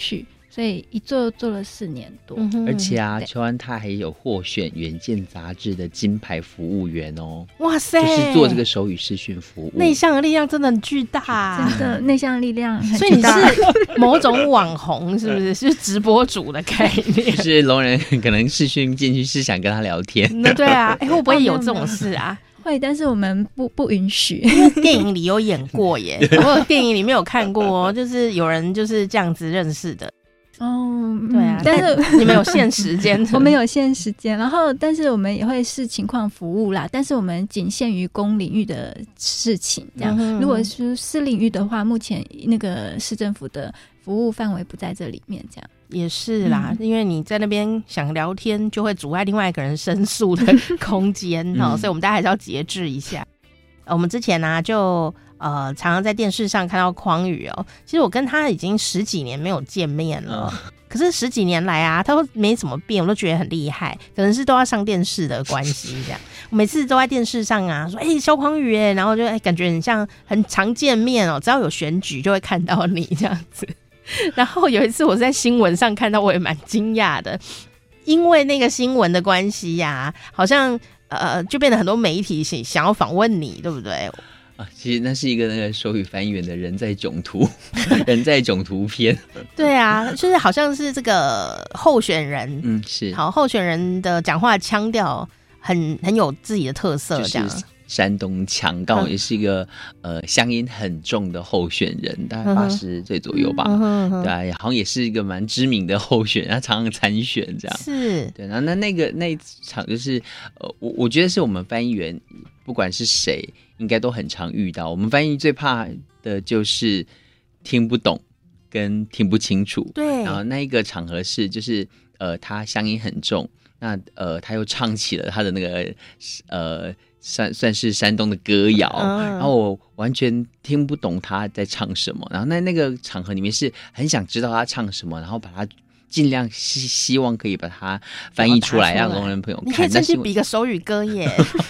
Speaker 3: 所以一做了4年多。
Speaker 2: 而且啊，邱安他还有获选《远见》杂志的金牌服务员哦。
Speaker 1: 哇塞，
Speaker 2: 就是做这个手语视讯服务，
Speaker 1: 内向的力量真的很巨大，
Speaker 3: 真的内向的力量很巨大。
Speaker 1: 所以你是某种网红是不是？是直播主的概念？
Speaker 2: 就是聋人可能视讯进去是想跟他聊天。
Speaker 1: 那对啊，会不会有这种事啊？
Speaker 3: 会，但是我们不允许，
Speaker 1: 因为电影里有演过耶，我电影里面有看过，就是有人就是这样子认识的。
Speaker 3: 哦，
Speaker 1: 对啊，但是你们有限时间，
Speaker 3: 我们有限时间，然后但是我们也会视情况服务啦，但是我们仅限于公领域的事情，这样。如果是私领域的话，目前那个市政府的服务范围不在这里面，这样。
Speaker 1: 也是啦，因为你在那边想聊天，就会阻碍另外一个人申诉的空间所以我们大家还是要节制一下。我们之前呢、就常常在电视上看到匡宇哦，其实我跟他已经10几年没有见面了，可是10几年来啊，他都没怎么变，我都觉得很厉害，可能是都要上电视的关系这样。我每次都在电视上啊说萧匡宇耶，然后就感觉很像很常见面哦，只要有选举就会看到你这样子。然后有一次我在新闻上看到，我也蛮惊讶的，因为那个新闻的关系呀，好像就变得很多媒体想要访问你，对不对？
Speaker 2: 其实那是一个那个手语翻译员的人在囧途人在囧途篇。
Speaker 1: 对啊，就是好像是这个候选人，
Speaker 2: 是
Speaker 1: 好候选人的讲话腔调很有自己的特色，这样。
Speaker 2: 就是山东腔，刚好也是一个乡音很重的候选人，大概80岁左右吧，对啊，好像也是一个蛮知名的候选人，他常常参选这样。
Speaker 1: 是，
Speaker 2: 对，然后那一场就是我觉得是我们翻译员不管是谁，应该都很常遇到。我们翻译最怕的就是听不懂跟听不清楚。
Speaker 1: 对，
Speaker 2: 然后那一个场合是就是他乡音很重，那他又唱起了他的那个算是山东的歌谣，然后我完全听不懂他在唱什么，然后那个场合里面是很想知道他唱什么，然后把他尽量希望可以把它翻译出来让聋人朋友看。
Speaker 1: 你可以真去比个手语歌耶。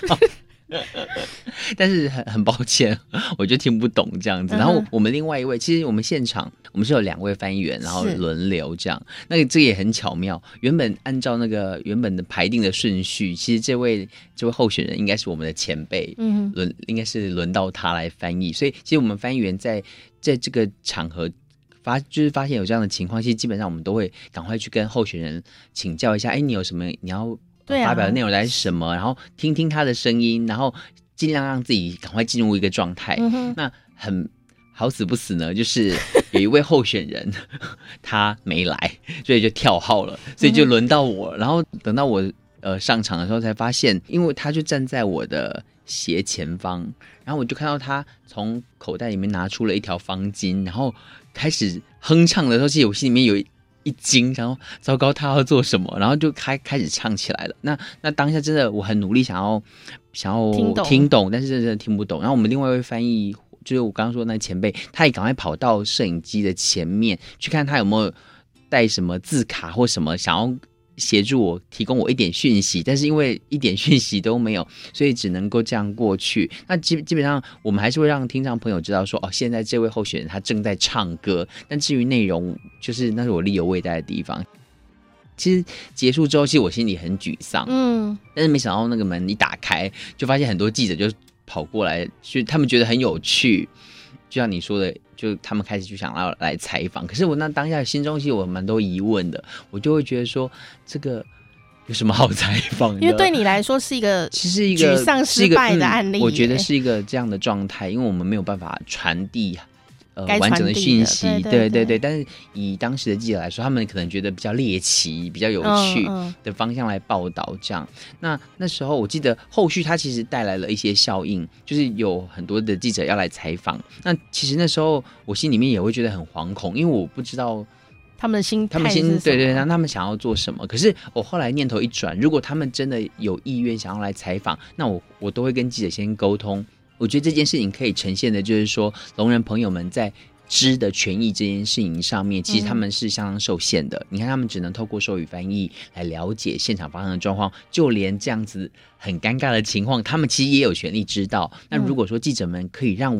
Speaker 2: 但是很抱歉，我就听不懂这样子。然后我们另外一位，其实我们现场我们是有2位翻译员，然后轮流这样。那个这个也很巧妙，原本按照那个原本的排定的顺序，其实这位候选人应该是我们的前辈，应该是轮到他来翻译。所以其实我们翻译员在这个场合就是发现有这样的情况，其实基本上我们都会赶快去跟候选人请教一下，你有什么你要发表的内容来是什么，然后听听他的声音，然后尽量让自己赶快进入一个状态。那很好死不死呢，就是有一位候选人他没来，所以就跳号了，所以就轮到我。然后等到我上场的时候才发现，因为他就站在我的斜前方，然后我就看到他从口袋里面拿出了一条方巾，然后开始哼唱的时候，其实我心里面有一惊，然后糟糕他要做什么，然后就开始唱起来了。那当下真的我很努力想要听懂，但是真的听不懂。然后我们另外一位翻译就是我刚刚说的那前辈，他也赶快跑到摄影机的前面去看他有没有带什么字卡或什么，想要协助我提供我一点讯息，但是因为一点讯息都没有，所以只能够这样过去。那基本上我们还是会让听障朋友知道说，现在这位候选人他正在唱歌，但至于内容，就是那是我力有未逮的地方。其实结束之后，其实我心里很沮丧，但是没想到那个门一打开，就发现很多记者就跑过来，就他们觉得很有趣，就像你说的，就他们开始就想要来采访。可是我那当下心中其实我蛮多疑问的，我就会觉得说，这个有什么好采访的？
Speaker 1: 因为对你来说是一个沮丧失败的案例，
Speaker 2: 我觉得是一个这样的状态，因为我们没有办法传递完整的讯息，对。但是以当时的记者来说，他们可能觉得比较猎奇、比较有趣的方向来报道这样。那时候我记得后续他其实带来了一些效应，就是有很多的记者要来采访。那其实那时候我心里面也会觉得很惶恐，因为我不知道
Speaker 1: 他们的心态是什么，
Speaker 2: 对，然后他们想要做什么。可是我后来念头一转，如果他们真的有意愿想要来采访，那我都会跟记者先沟通。我觉得这件事情可以呈现的就是说，聋人朋友们在知的权益这件事情上面，其实他们是相当受限的。你看他们只能透过手语翻译来了解现场发生的状况，就连这样子很尴尬的情况他们其实也有权利知道。那如果说记者们可以让我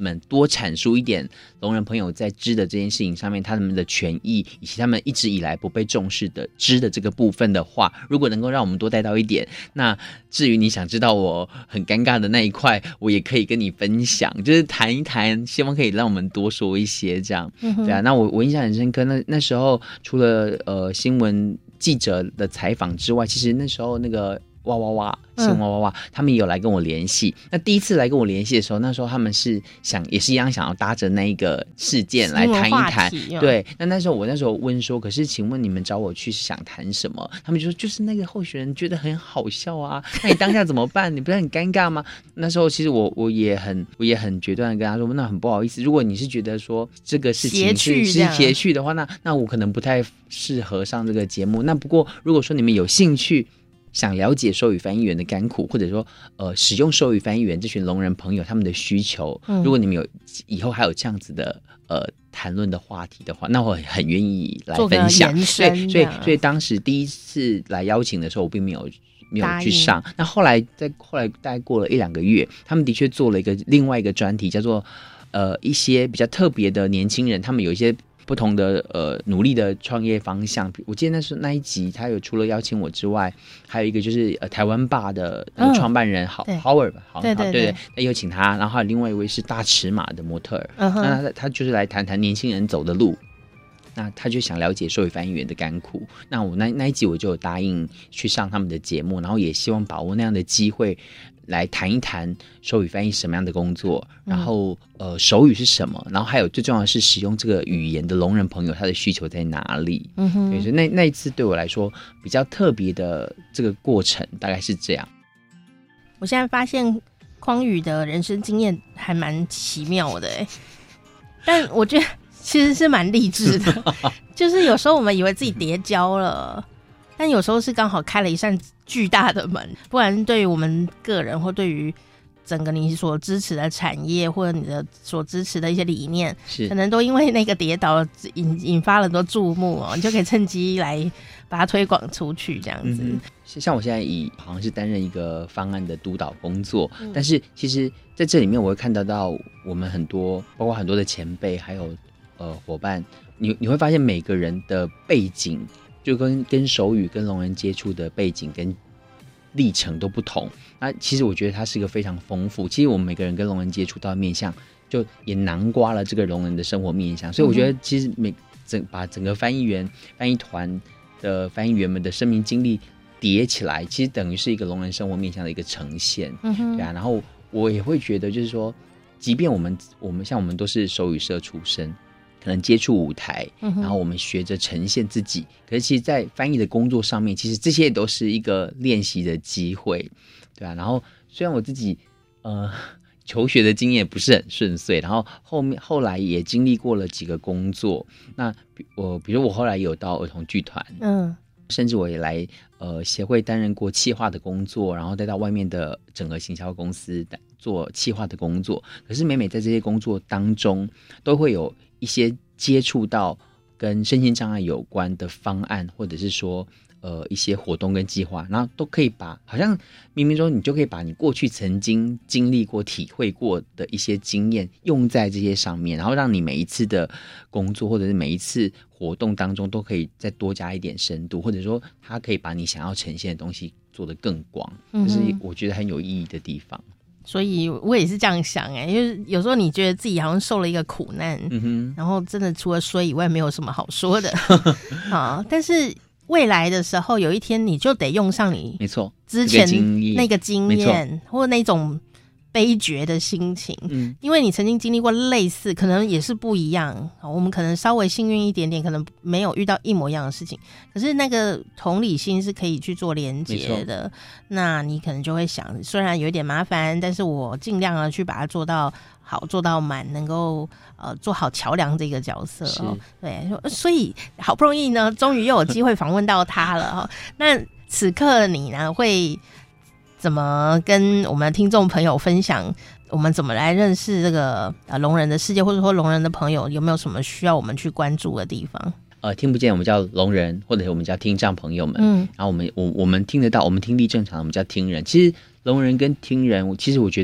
Speaker 2: 们多阐述一点聋人朋友在知的这件事情上面他们的权益，以及他们一直以来不被重视的知的这个部分的话，如果能够让我们多带到一点，那至于你想知道我很尴尬的那一块，我也可以跟你分享，就是谈一谈，希望可以让我们多说一些这样。对啊，那我印象很深刻，那时候除了新闻记者的采访之外，其实那时候那个哇哇哇新闻哇哇哇他们也有来跟我联系。那第一次来跟我联系的时候，那时候他们是也是一样想要搭着那一个事件来谈一谈。对，那时候我问说，可是请问你们找我去是想谈什么？他们就说就是那个候选人觉得很好笑啊，那你当下怎么办？你不是很尴尬吗？那时候其实我也很决断的跟他说，那很不好意思，如果你是觉得说这个事情是谐趣的话，那我可能不太适合上这个节目。那不过如果说你们有兴趣想了解手语翻译员的甘苦，或者说使用手语翻译员这群聋人朋友他们的需求，如果你们以后还有这样子的谈论的话题的话，那我很愿意来分享。所以当时第一次来邀请的时候，我并没有去上。那后来大概过了1-2个月，他们的确做了另外一个专题，叫做一些比较特别的年轻人，他们有一些不同的努力的创业方向。我记得那一集他有除了邀请我之外，还有一个就是台湾爸的创办人Howard 吧，对，那有请他，然后还有另外一位是大尺码的模特儿，那他就是来谈谈年轻人走的路。那他就想了解手语翻译员的甘苦，那我那一集我就有答应去上他们的节目，然后也希望把握那样的机会来谈一谈手语翻译什么样的工作，然后手语是什么，然后还有最重要的是使用这个语言的聋人朋友他的需求在哪里。对，所以那一次对我来说比较特别的这个过程大概是这样。
Speaker 1: 我现在发现匡宇的人生经验还蛮奇妙的但我觉得其实是蛮励志的就是有时候我们以为自己跌跤了，但有时候是刚好开了一扇巨大的门，不然对于我们个人或对于整个你所支持的产业或者你的所支持的一些理念，可能都因为那个跌倒引发了很多注目你就可以趁机来把它推广出去这样子。
Speaker 2: 像我现在好像是担任一个方案的督导工作，但是其实在这里面我会看得到我们很多包括很多的前辈还有伙伴，你会发现每个人的背景就跟手语跟聋人接触的背景跟历程都不同。那其实我觉得它是一个非常丰富，其实我们每个人跟聋人接触到的面向就也囊括了这个聋人的生活面向，所以我觉得其实把整个翻译团的翻译员们的生命经历叠起来，其实等于是一个聋人生活面向的一个呈现。对啊，然后我也会觉得就是说，即便我们像我们都是手语社出身，可能接触舞台，然后我们学着呈现自己，可是其实在翻译的工作上面，其实这些也都是一个练习的机会。对啊，然后虽然我自己求学的经验不是很顺遂，然后后来也经历过了几个工作，那比如我后来有到儿童剧团，甚至我也来协会担任过企划的工作，然后再到外面的整合行销公司做企划的工作。可是每在这些工作当中，都会有一些接触到跟身心障碍有关的方案，或者是说一些活动跟计划，然后都可以好像冥冥中你就可以把你过去曾经经历过体会过的一些经验用在这些上面，然后让你每一次的工作或者是每一次活动当中都可以再多加一点深度，或者说它可以把你想要呈现的东西做得更广，这是我觉得很有意义的地方。
Speaker 1: 所以我也是这样想因为有时候你觉得自己好像受了一个苦难，然后真的除了衰以外没有什么好说的但是未来的时候有一天你就得用上你
Speaker 2: 没错
Speaker 1: 之前那个经验或那种悲绝的心情，因为你曾经经历过类似，可能也是不一样，我们可能稍微幸运一点点，可能没有遇到一模一样的事情，可是那个同理心是可以去做连结的。那你可能就会想，虽然有一点麻烦，但是我尽量的去把它做到好，做到满，能够做好桥梁这个角色对，所以好不容易呢，终于又有机会访问到他了那此刻你呢会怎么跟我们的听众朋友分享我们怎么来认识这个聋人的世界，或者说聋人的朋友有没有什么需要我们去关注的地方？
Speaker 2: 听不见我们叫聋人，或者我们叫听障朋友们，然后我们听得到，我们听力正常我们叫听人。其实聋人跟听人其实我觉得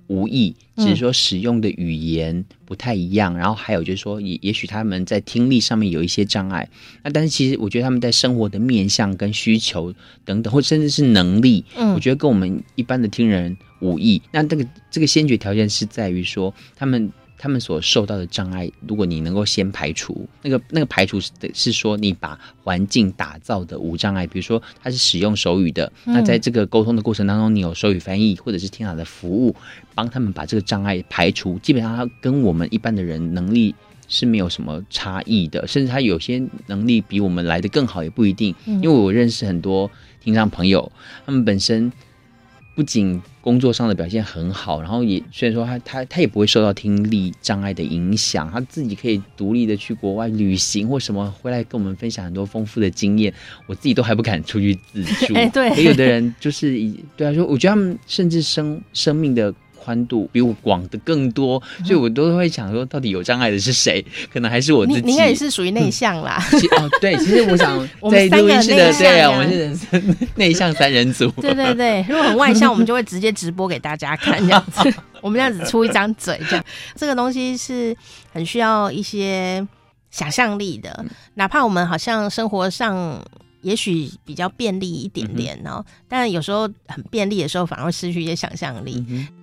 Speaker 2: 无异，只是说使用的语言不太一样，然后还有就是说也许他们在听力上面有一些障碍，那但是其实我觉得他们在生活的面向跟需求等等，或甚至是能力，我觉得跟我们一般的听人无异。那这个先决条件是在于说他们所受到的障碍，如果你能够先排除，那个排除是说你把环境打造的无障碍，比如说他是使用手语的，那在这个沟通的过程当中，你有手语翻译或者是听好的服务，帮他们把这个障碍排除，基本上他跟我们一般的人能力是没有什么差异的，甚至他有些能力比我们来得更好也不一定，因为我认识很多听障朋友，他们本身不仅工作上的表现很好，然后也虽然说他也不会受到听力障碍的影响，他自己可以独立的去国外旅行或什么，回来跟我们分享很多丰富的经验，我自己都还不敢出去自助。
Speaker 1: 对，
Speaker 2: 可有的人就是对啊，说我觉得他们甚至生命的宽度比我广的更多，所以我都会想说，到底有障碍的是谁？可能还是我自己。
Speaker 1: 你应该也是属于内向啦。
Speaker 2: 对，其实我想在录音室的，对啊，我们是人生内向三人组。
Speaker 1: 对对对，如果很外向，我们就会直接直播给大家看这样子。我们这样子出一张嘴，这样这个东西是很需要一些想象力的，哪怕我们好像生活上也许比较便利一点点哦，但有时候很便利的时候，反而会失去一些想象力。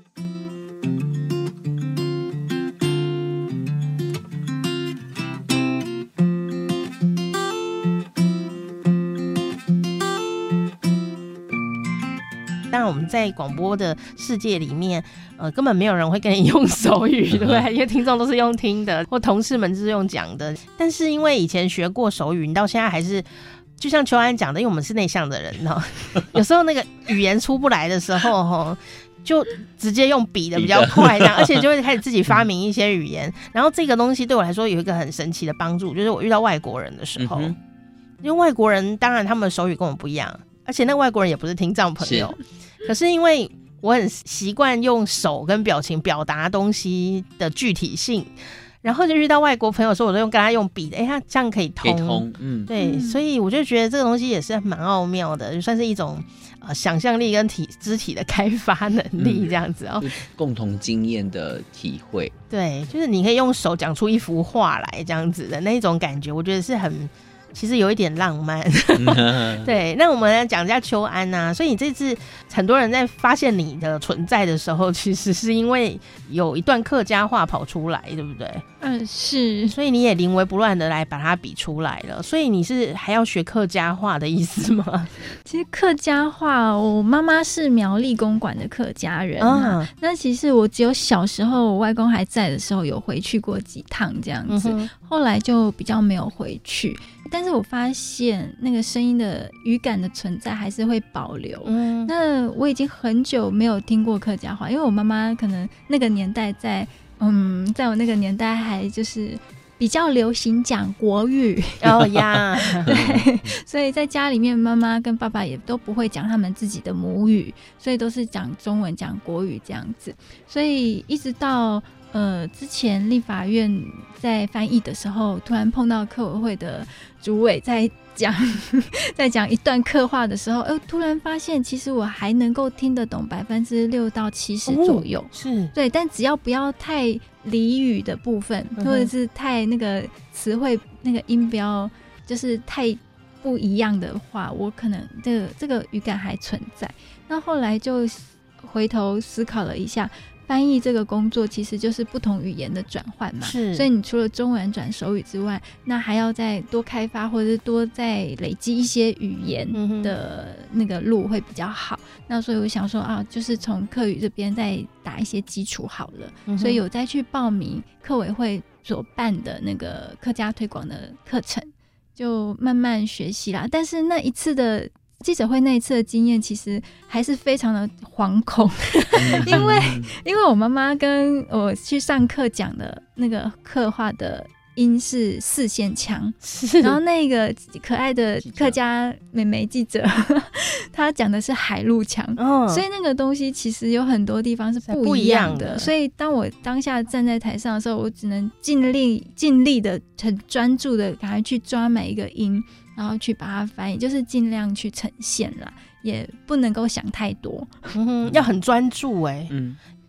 Speaker 1: 当然我们在广播的世界里面根本没有人会跟你用手语对不对？因为听众都是用听的，或同事们就是用讲的，但是因为以前学过手语，你到现在还是就像邱安讲的，因为我们是内向的人有时候那个语言出不来的时候就直接用笔的比较快而且就会开始自己发明一些语言。然后这个东西对我来说有一个很神奇的帮助，就是我遇到外国人的时候，因为外国人当然他们的手语跟我不一样，而且那个外国人也不是听障朋友，可是因为我很习惯用手跟表情表达东西的具体性，然后就遇到外国朋友的时候，我都跟他用笔的，他这样可以通，对，所以我就觉得这个东西也是蛮奥妙的，就算是一种想象力跟肢体的开发能力这样子
Speaker 2: 共同经验的体会，
Speaker 1: 对，就是你可以用手讲出一幅画来这样子的那种感觉，我觉得是其实有一点浪漫对，那我们来讲一下邱安啊，所以你这次很多人在发现你的存在的时候，其实是因为有一段客家话跑出来，对不对？
Speaker 3: 是，
Speaker 1: 所以你也临危不乱的来把它比出来了，所以你是还要学客家话的意思吗？
Speaker 3: 其实客家话，我妈妈是苗栗公馆的客家人那其实我只有小时候我外公还在的时候有回去过几趟这样子，后来就比较没有回去，但是我发现那个声音的语感的存在还是会保留那我已经很久没有听过客家话，因为我妈妈可能那个年代在我那个年代还就是比较流行讲国语对，所以在家里面妈妈跟爸爸也都不会讲他们自己的母语，所以都是讲中文讲国语这样子，所以一直到之前立法院在翻译的时候，突然碰到客委会的主委在讲一段客话的时候，突然发现其实我还能够听得懂6%到70%左右，
Speaker 1: 是对，
Speaker 3: 但只要不要太俚语的部分，或者是太那个词汇那个音标就是太不一样的话，我可能这个语感还存在。那后来就回头思考了一下，翻译这个工作其实就是不同语言的转换嘛，所以你除了中文转手语之外，那还要再多开发或者是多再累积一些语言的那个路会比较好那所以我想说就是从客语这边再打一些基础好了所以有再去报名客委会所办的那个客家推广的课程，就慢慢学习啦。但是那一次的记者会那一次的经验其实还是非常的惶恐因为我妈妈跟我去上课讲的那个客话的音是4线腔，然后那个可爱的客家妹妹记者她讲的是海陆腔所以那个东西其实有很多地方是不一样的所以当我当下站在台上的时候，我只能尽力的很专注的赶快去抓每一个音，然后去把它翻译，就是尽量去呈现啦，也不能够想太多
Speaker 1: 要很专注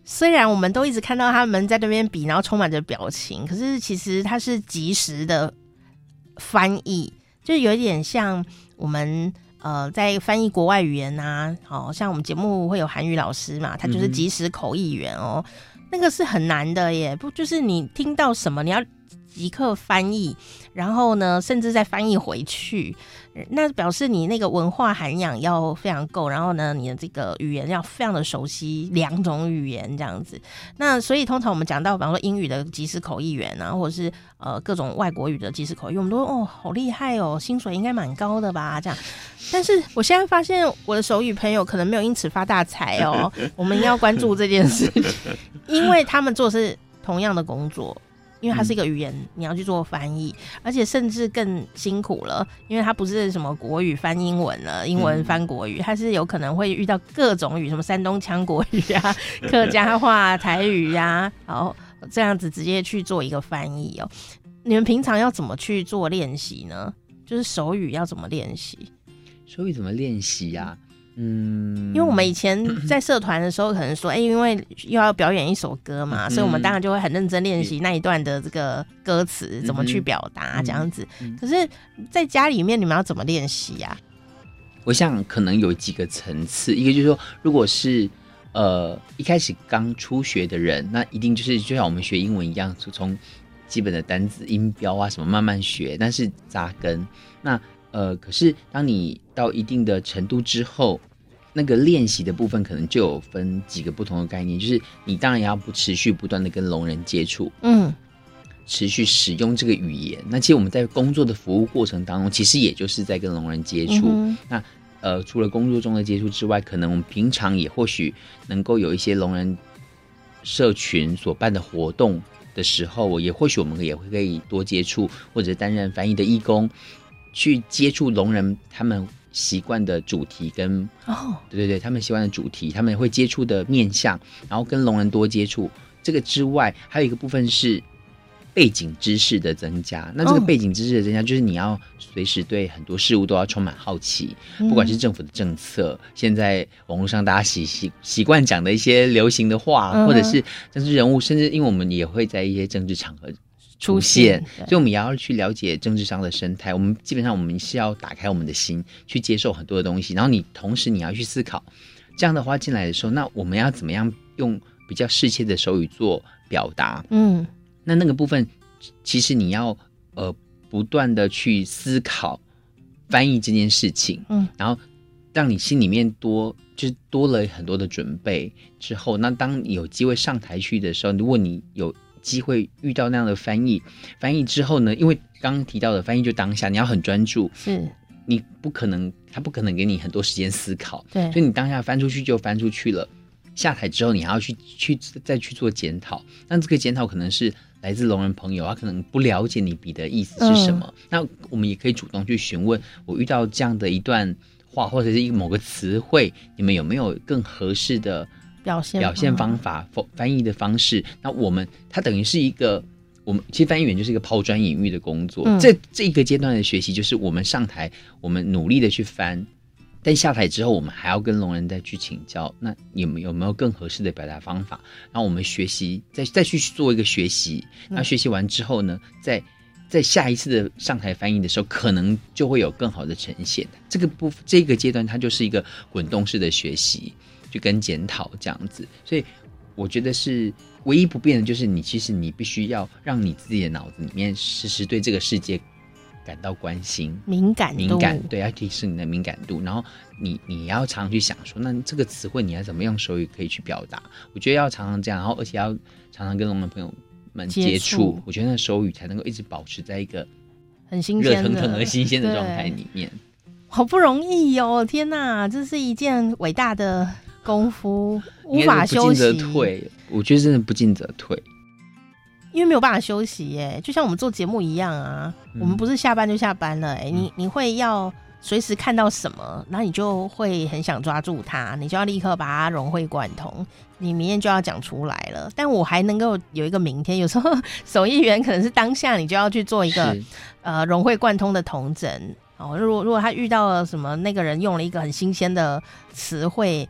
Speaker 1: 虽然我们都一直看到他们在那边比，然后充满着表情，可是其实它是即时的翻译，就有点像我们在翻译国外语言啊，像我们节目会有韩语老师嘛，他就是即时口译员哦，那个是很难的耶，不就是你听到什么你要即刻翻译，然后呢甚至再翻译回去，那表示你那个文化涵养要非常够，然后呢你的这个语言要非常的熟悉2种语言这样子。那所以通常我们讲到比方说英语的即时口译员啊，或者是各种外国语的即时口译，我们都好厉害哦，薪水应该蛮高的吧这样。但是我现在发现我的手语朋友可能没有因此发大财哦，我们要关注这件事情，因为他们做的是同样的工作，因为它是一个语言，你要去做翻译，而且甚至更辛苦了，因为它不是什么国语翻英文了，英文翻国语，它是有可能会遇到各种语，什么山东腔国语啊、客家话、台语啊，然后这样子直接去做一个翻译哦。你们平常要怎么去做练习呢？就是手语要怎么练习？
Speaker 2: 手语怎么练习啊？
Speaker 1: 因为我们以前在社团的时候可能说因为又要表演一首歌嘛，所以我们当然就会很认真练习那一段的这个歌词怎么去表达这样子。可是在家里面你们要怎么练习啊？
Speaker 2: 我想可能有几个层次，一个就是说如果是一开始刚初学的人，那一定就是就像我们学英文一样，从基本的单字音标啊什么慢慢学，但是扎根。那可是当你到一定的程度之后，那个练习的部分可能就有分几个不同的概念，就是你当然也要持续不断的跟聋人接触，持续使用这个语言。那其实我们在工作的服务过程当中，其实也就是在跟聋人接触。那除了工作中的接触之外，可能我们平常也或许能够有一些聋人社群所办的活动的时候，也或许我们也会可以多接触，或者担任翻译的义工，去接触聋人他们习惯的主题跟对，他们习惯的主题，他们会接触的面向，然后跟聋人多接触。这个之外，还有一个部分是背景知识的增加。那这个背景知识的增加，就是你要随时对很多事物都要充满好奇，不管是政府的政策，现在网络上大家习惯讲的一些流行的话，或者是政治人物，甚至因为我们也会在一些政治场合出现，所以我们也要去了解政治上的生态。我们基本上我们是要打开我们的心，去接受很多的东西，然后同时你要去思考，这样的话进来的时候，那我们要怎么样用比较适切的手语做表达？那个部分其实你要不断的去思考翻译这件事情，然后让你心里面多了很多的准备之后，那当你有机会上台去的时候，如果你有机会遇到那样的翻译之后呢，因为刚刚提到的翻译就当下你要很专注，是你他不可能给你很多时间思考，对，所以你当下翻出去就翻出去了，下台之后你还要再去做检讨。那这个检讨可能是来自聋人朋友，他可能不了解你比的意思是什么，那我们也可以主动去询问，我遇到这样的一段话或者是某个词汇，你们有没有更合适的表现方法，翻译的方式。那它等于是一个，我们其实翻译员就是一个抛砖引玉的工作。这一个阶段的学习，就是我们上台，我们努力的去翻，但下台之后，我们还要跟聋人再去请教，那有没有更合适的表达方法？然后我们学习，再去做一个学习。那学习完之后呢，在下一次的上台翻译的时候，可能就会有更好的呈现。这个阶段，它就是一个滚动式的学习。去跟检讨这样子，所以我觉得是唯一不变的，就是其实你必须要让你自己的脑子里面时时对这个世界感到关心，敏感，对，要提升你的敏感度。然后你要常常去想说，那这个词汇你要怎么用手语可以去表达？我觉得要常常这样，然后而且要常常跟聋人朋友们接触，我觉得那手语才能够一直保持在一个很新鲜的、热腾腾而新鲜的状态里面。好不容易哦，天哪，这是一件伟大的功夫，无法休息，不进则退。我觉得真的不进则退，因为没有办法休息耶，就像我们做节目一样啊，我们不是下班就下班了你会要随时看到什么，然后你就会很想抓住它，你就要立刻把它融会贯通，你明天就要讲出来了。但我还能够有一个明天，有时候手译员可能是当下你就要去做一个融会贯通的统整。如果他遇到了什么，那个人用了一个很新鲜的词汇，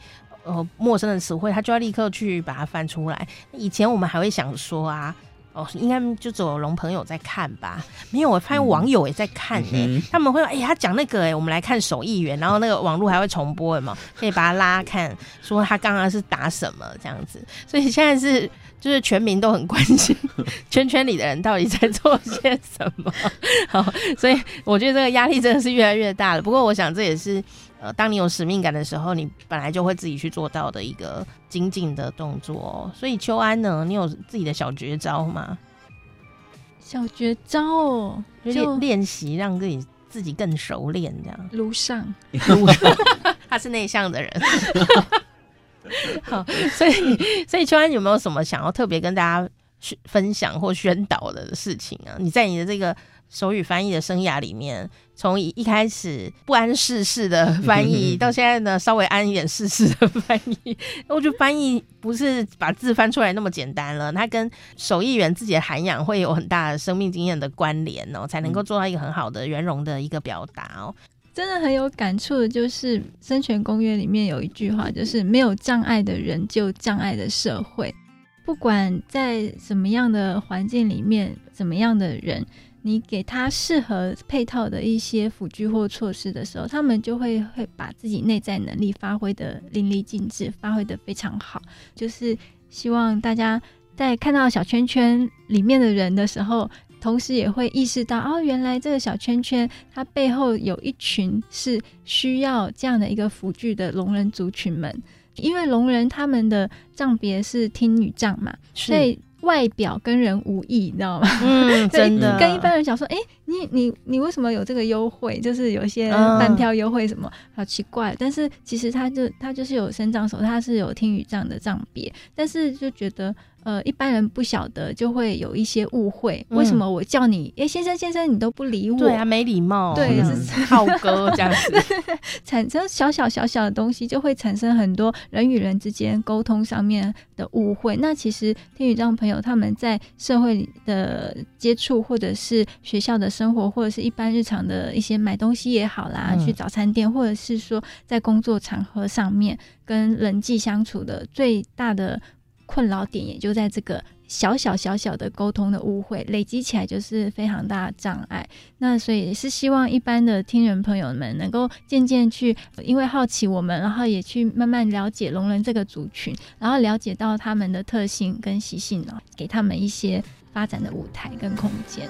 Speaker 1: 陌生的词汇，他就要立刻去把它翻出来。以前我们还会想说啊，应该就只有龙朋友在看吧？没有，我发现网友也在看他们会说，他讲那个我们来看手艺员，然后那个网络还会重播，有没有？可以把它拉看，说他刚刚是打什么这样子。所以现在就是全民都很关心圈圈里的人到底在做些什么。好，所以我觉得这个压力真的是越来越大了。不过我想这也是当你有使命感的时候，你本来就会自己去做到的一个精进的动作所以秋安呢，你有自己的小绝招吗？
Speaker 3: 小绝招
Speaker 1: 就练习让自己更熟练这样。
Speaker 3: 路上
Speaker 1: 他是内向的人。好，所以秋安有没有什么想要特别跟大家分享或宣导的事情啊？你在你的这个手语翻译的生涯里面，从一开始不谙世事的翻译到现在呢稍微安一点世事的翻译，我觉得翻译不是把字翻出来那么简单了，它跟手译员自己的涵养会有很大的生命经验的关联才能够做到一个很好的圆融的一个表达
Speaker 3: 真的很有感触的就是生权公约里面有一句话，就是没有障碍的人就障碍的社会。不管在什么样的环境里面，怎么样的人，你给他适合配套的一些辅具或措施的时候，他们就会把自己内在能力发挥的淋漓尽致，发挥的非常好。就是希望大家在看到小圈圈里面的人的时候，同时也会意识到原来这个小圈圈它背后有一群是需要这样的一个辅具的聋人族群们。因为聋人他们的障别是听语障嘛，所以外表跟人无异，你知道吗？
Speaker 1: 真的
Speaker 3: 跟一般人讲说你为什么有这个优惠，就是有一些半票优惠什么好奇怪，但是其实他就是有身障手，他是有听语障的障别，但是就觉得一般人不晓得，就会有一些误会，为什么我叫你先生你都不理我？
Speaker 1: 对啊，没礼貌，
Speaker 3: 对，
Speaker 1: 浩哥这样子
Speaker 3: 产生小小的东西就会产生很多人与人之间沟通上面的误会。那其实听语障朋友他们在社会里的接触，或者是学校的生活，或者是一般日常的一些买东西也好啦，去早餐店，或者是说在工作场合上面跟人际相处的最大的困扰点，也就在这个小小的沟通的误会累积起来，就是非常大的障碍。那所以是希望一般的听人朋友们能够渐渐去因为好奇我们，然后也去慢慢了解聋人这个族群，然后了解到他们的特性跟习性，给他们一些发展的舞台跟空间。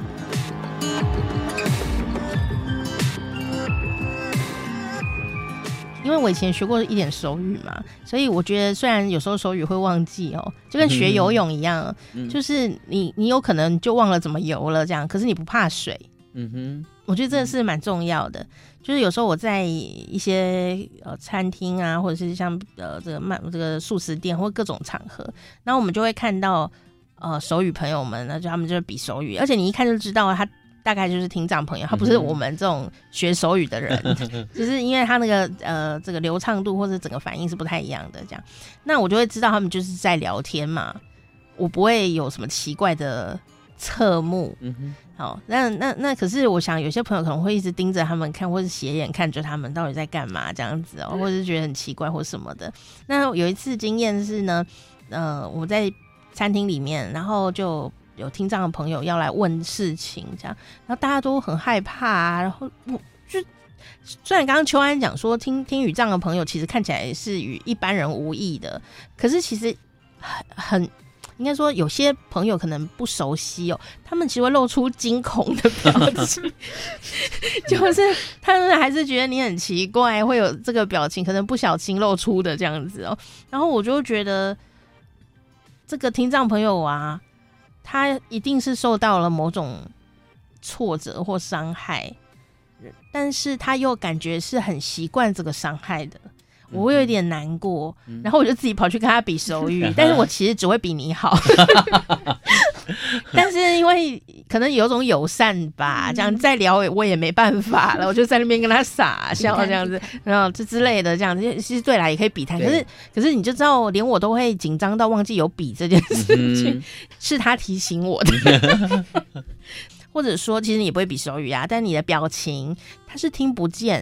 Speaker 1: 因为我以前学过一点手语嘛，所以我觉得虽然有时候手语会忘记就跟学游泳一样，就是你有可能就忘了怎么游了这样，可是你不怕水。我觉得这是蛮重要的。就是有时候我在一些餐厅啊，或者是像这个素食店或各种场合，然后我们就会看到手语朋友们，那就他们就是比手语，而且你一看就知道他大概就是听障朋友，他不是我们这种学手语的人，就是因为他那个这个流畅度或者整个反应是不太一样的这样，那我就会知道他们就是在聊天嘛，我不会有什么奇怪的侧目。好，那可是我想有些朋友可能会一直盯着他们看，或是斜眼看着他们到底在干嘛这样子或者是觉得很奇怪或什么的。那有一次经验是呢，我在餐厅里面，然后就有听障的朋友要来问事情这样，然后大家都很害怕然后我就虽然刚刚秋安讲说听语障的朋友其实看起来是与一般人无异的，可是其实很应该说有些朋友可能不熟悉他们其实会露出惊恐的表情就是他们还是觉得你很奇怪，会有这个表情可能不小心露出的这样子然后我就觉得这个听障朋友啊，他一定是受到了某种挫折或伤害，但是他又感觉是很习惯这个伤害的，我会有点难过，然后我就自己跑去跟他比手语，但是我其实只会比你好但是因为可能有种友善吧，这样再聊我也没办法了，我就在那边跟他傻笑这样子，然后这之类的这样子，其实对啦也可以比谈，可是你就知道连我都会紧张到忘记有比这件事情是他提醒我的或者说其实你也不会比手语啊，但你的表情他是听不见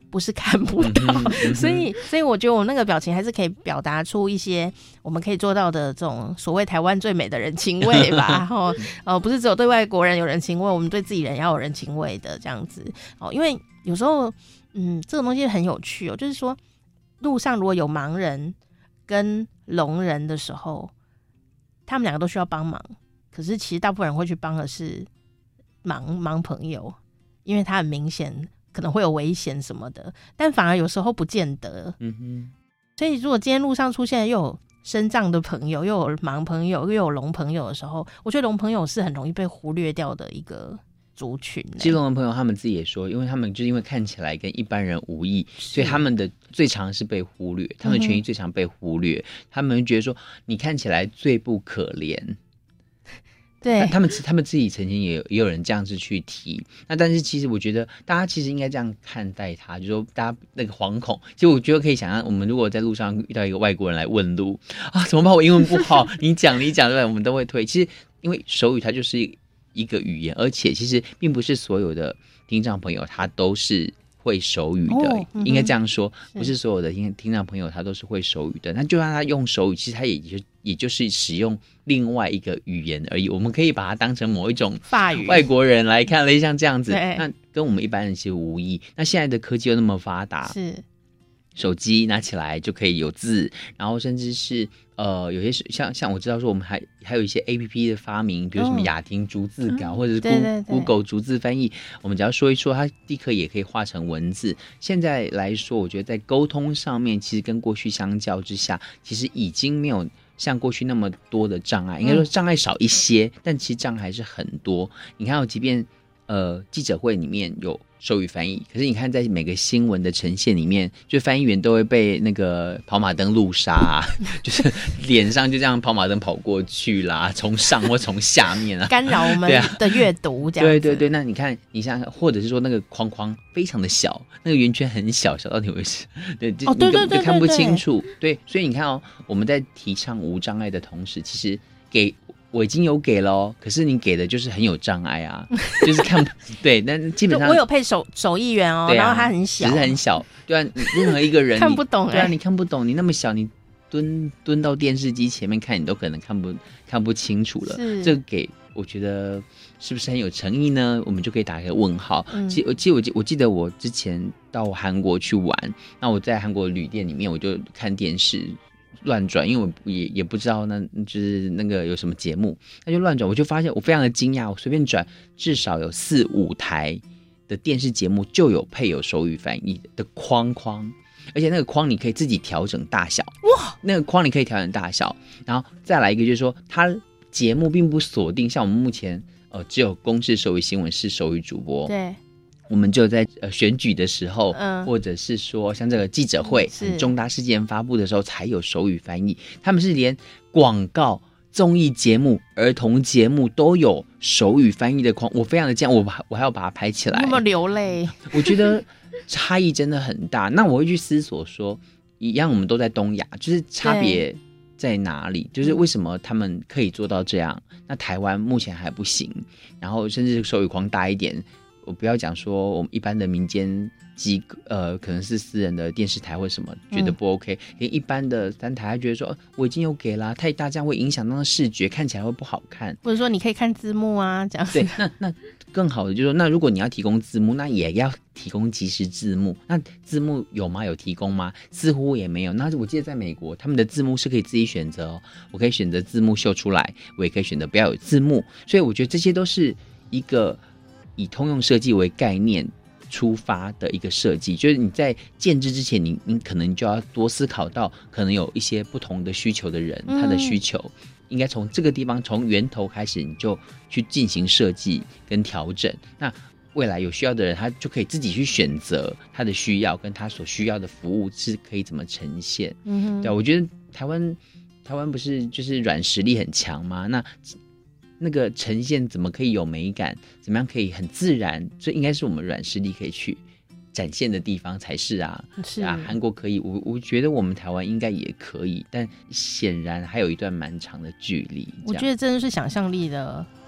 Speaker 1: 不是看不到，所以我觉得我那个表情还是可以表达出一些我们可以做到的这种所谓台湾最美的人情味吧。然后不是只有对外国人有人情味，我们对自己人要有人情味的这样子。因为有时候这种东西很有趣就是说路上如果有盲人跟聋人的时候，他们两个都需要帮忙，可是其实大部分人会去帮的是盲朋友，因为他很明显可能会有危险什么的，但反而有时候不见得。所以如果今天路上出现又有身障的朋友，又有盲朋友，又有聋朋友的时候，我觉得聋朋友是很容易被忽略掉的一个族群。
Speaker 2: 基隆的朋友他们自己也说，因为他们就是因为看起来跟一般人无异，所以他们的最常是被忽略，他们的权益最常被忽略。他们觉得说你看起来最不可怜。
Speaker 1: 对，
Speaker 2: 他们自己曾经也有人这样子去提。那但是其实我觉得大家其实应该这样看待他，就是说大家那个惶恐，其实我觉得可以想象，我们如果在路上遇到一个外国人来问路怎么办，我英文不好，你讲对不对，我们都会退。其实因为手语它就是一个语言，而且其实并不是所有的听障朋友他都是会手语的，应该这样说，不是所有的听障朋友他都是会手语的。那就算他用手语，其实他也就是使用另外一个语言而已。我们可以把它当成某一种
Speaker 1: 法语，
Speaker 2: 外国人来看，类似像这样子，那跟我们一般人其实无异。那现在的科技又那么发达，
Speaker 1: 是
Speaker 2: 手机拿起来就可以有字，然后甚至是有些像我知道说我们还有一些 APP 的发明，比如什么雅婷逐字稿，或者是 Google 逐字翻译，我们只要说一说，它立刻也可以画成文字。现在来说，我觉得在沟通上面，其实跟过去相较之下，其实已经没有像过去那么多的障碍，应该说障碍少一些，但其实障碍还是很多。你看即便记者会里面有手语翻译，可是你看在每个新闻的呈现里面，就翻译员都会被那个跑马灯路杀就是脸上就这样跑马灯跑过去啦，从上或从下面
Speaker 1: 干扰我们的阅读这样子。
Speaker 2: 对，那你看你像或者是说那个框框非常的小，那个圆圈很小到你会对就看不清楚。对，所以你看我们在提倡无障碍的同时，其实我已经有给了可是你给的就是很有障碍啊，就是看对，但基本上
Speaker 1: 我有配手译员然后它很小，
Speaker 2: 只是很小，对啊，任何一个人
Speaker 1: 看不懂
Speaker 2: 对啊，你看不懂，你那么小，你蹲到电视机前面看，你都可能看不清楚了。这个给我觉得是不是很有诚意呢？我们就可以打一个问号。我记得我之前到韩国去玩，那我在韩国旅店里面，我就看电视。乱转，因为我也不知道那就是那个有什么节目，那就乱转，我就发现我非常的惊讶，我随便转至少有4-5台的电视节目就有配有手语翻译的框，而且那个框你可以自己调整大小，哇，那个框你可以调整大小，然后再来一个就是说，它节目并不锁定，像我们目前只有公视手语新闻是手语主播，
Speaker 1: 对。
Speaker 2: 我们就在选举的时候，或者是说像这个记者会很重大事件发布的时候才有手语翻译，他们是连广告、综艺节目、儿童节目都有手语翻译的框，我非常的惊讶，我还要把它拍起来，
Speaker 1: 那么流泪，
Speaker 2: 我觉得差异真的很大。那我会去思索说，一样我们都在东亚，就是差别在哪里？就是为什么他们可以做到这样，那台湾目前还不行，然后甚至手语框大一点。我不要讲说我们一般的民间可能是私人的电视台或什么觉得不 OK，连一般的3台他觉得说我已经有给啦，太大这样会影响到视觉，看起来会不好看，
Speaker 1: 或者说你可以看字幕啊，这样子。
Speaker 2: 对，那更好的就是说，那如果你要提供字幕，那也要提供即时字幕。那字幕有吗？有提供吗？似乎也没有。那我记得在美国，他们的字幕是可以自己选择我可以选择字幕秀出来，我也可以选择不要有字幕。所以我觉得这些都是一个以通用设计为概念出发的一个设计，就是你在建制之前，你可能就要多思考到可能有一些不同的需求的人，他的需求应该从这个地方从源头开始，你就去进行设计跟调整。那未来有需要的人，他就可以自己去选择他的需要跟他所需要的服务是可以怎么呈现。对，我觉得台湾不是就是软实力很强吗？那个呈现怎么可以有美感，怎么样可以很自然，这应该是我们软实力可以去展现的地方才是啊。是啊，韩国可以，我觉得我们台湾应该也可以，但显然还有一段蛮长的距离。
Speaker 1: 我觉得真的是想象力的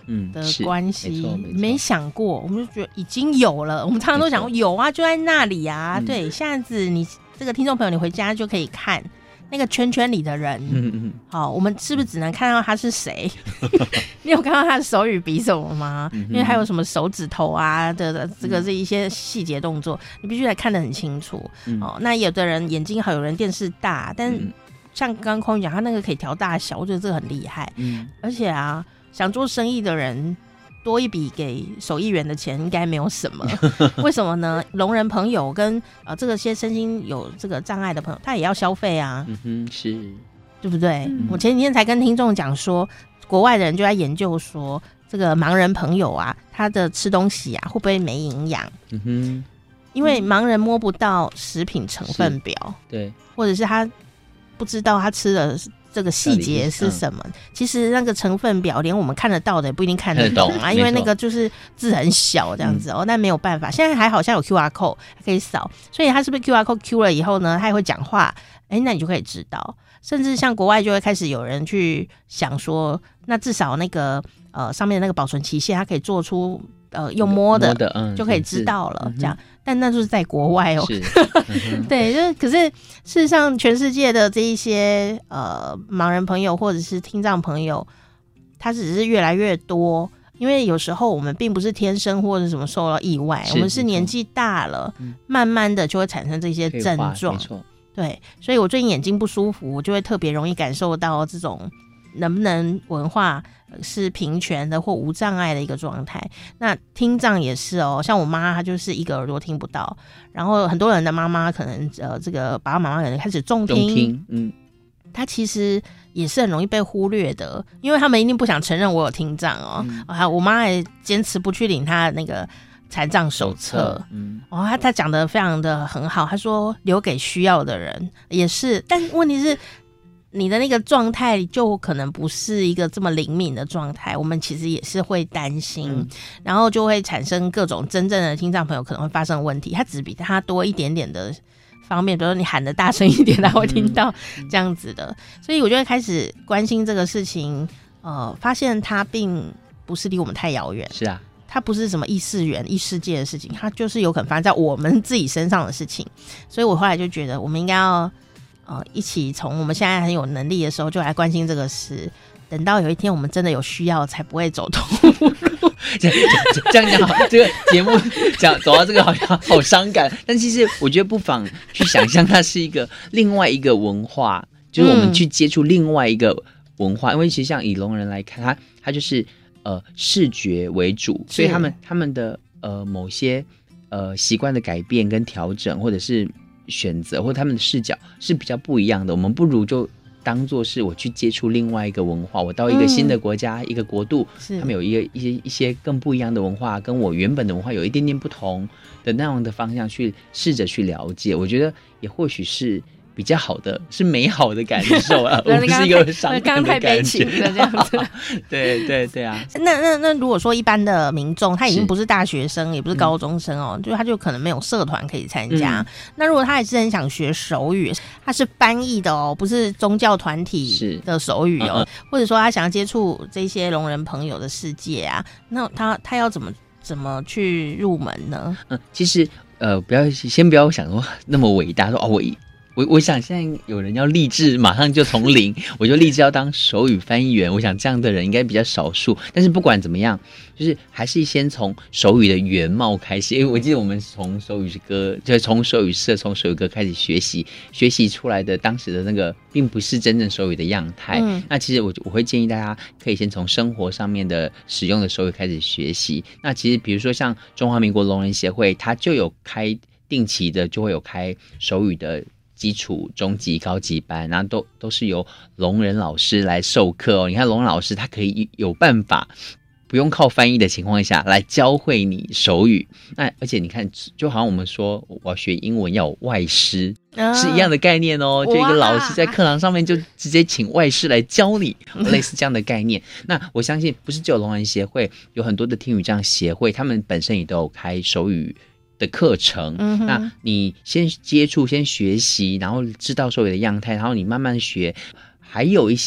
Speaker 1: 的关系，
Speaker 2: 没
Speaker 1: 想过，我们就觉得已经有了。我们常常都想有啊，就在那里啊。对，下次你这个听众朋友，你回家就可以看那个圈圈里的人。好，我们是不是只能看到他是谁？你有看到他的手语比什么吗？因为还有什么手指头啊的这一些细节动作，你必须得看得很清楚。那有的人眼睛好，有人电视大，但像刚刚空宇讲，他那个可以调大小，我觉得这个很厉害。而且啊，想做生意的人多一笔给手艺员的钱应该没有什么。为什么呢？聋人朋友跟这个些身心有这个障碍的朋友，他也要消费啊。
Speaker 2: 是，
Speaker 1: 对不对？我前几天才跟听众讲说，国外的人就在研究说，这个盲人朋友啊，他的吃东西啊会不会没营养？因为盲人摸不到食品成分表，
Speaker 2: 对，
Speaker 1: 或者是他不知道他吃的这个细节是什么。其实那个成分表连我们看得到的也不一定看得懂啊，因为那个就是字很小这样子但没有办法，现在还好像有 QR code 可以扫，所以他是不是 QR code Q 了以后呢，他也会讲话，那你就可以知道。甚至像国外就会开始有人去想说，那至少那个上面的那个保存期限，它可以做出用摸的就可以知道了，这样。但那就是在国外对，就是可是事实上，全世界的这一些盲人朋友或者是听障朋友，他只是越来越多。因为有时候我们并不是天生或者什么受到意外，我们是年纪大了，慢慢的就会产生这些症状。对，所以我最近眼睛不舒服，我就会特别容易感受到这种能不能文化是平权的或无障碍的一个状态。那听障也是像我妈她就是一个耳朵听不到，然后很多人的妈妈可能这个爸爸妈妈可能开始重听，她其实也是很容易被忽略的，因为他们一定不想承认我有听障我妈也坚持不去领她的那个残障手册。他讲的非常的很好，他说留给需要的人也是，但问题是你的那个状态就可能不是一个这么灵敏的状态，我们其实也是会担心，然后就会产生各种真正的听障朋友可能会发生问题，他只比他多一点点的方面，比如说你喊得大声一点他会听到这样子的。所以我就会开始关心这个事情，发现它并不是离我们太遥远。
Speaker 2: 是啊，
Speaker 1: 它不是什么异次元异世界的事情，它就是有可能发生在我们自己身上的事情。所以我后来就觉得我们应该要一起从我们现在很有能力的时候就来关心这个事，等到有一天我们真的有需要才不会走投无路。
Speaker 2: 这样讲好，这个节目走到这个好像好伤感，但其实我觉得不妨去想象它是另外一个文化，就是我们去接触另外一个文化。因为其实像以聋人来看，他就是视觉为主，所以他们的某些习惯的改变跟调整，或者是选择，或者他们的视角是比较不一样的。我们不如就当作是我去接触另外一个文化，我到一个新的国家、一个国度，他们有一些更不一样的文化，跟我原本的文化有一点点不同的那样的方向去试着去了解，我觉得也或许是比较好的，是美好的感受啊，而不是一个伤感的感觉。刚太悲情了这样子。对啊。
Speaker 1: 那如果说一般的民众，他已经不是大学生，也不是高中生就他就可能没有社团可以参加。那如果他还是很想学手语，他是翻译的不是宗教团体的手语或者说他想要接触这些聋人朋友的世界啊，那他要怎么去入门呢？
Speaker 2: 其实先不要想说那么伟大，说我想现在有人要立志马上就从零我就立志要当手语翻译员，我想这样的人应该比较少数。但是不管怎么样，就是还是先从手语的原貌开始。因为我记得我们从手语歌，就从手语社、从手语歌开始学习出来的当时的那个并不是真正手语的样态。那其实我会建议大家可以先从生活上面的使用的手语开始学习。那其实比如说像中华民国聋人协会，它就有定期的就会有开手语的基础、中级、高级班，然后都是由聋人老师来授课你看聋人老师他可以有办法不用靠翻译的情况下来教会你手语。那而且你看，就好像我们说我要学英文要有外师是一样的概念就一个老师在课堂上面就直接请外师来教你类似这样的概念。那我相信不是只有聋人协会，有很多的听语障协会，他们本身也都有开手语的课程。那你先接触先学习，然后知道手语的样态，然后你慢慢学。还有一些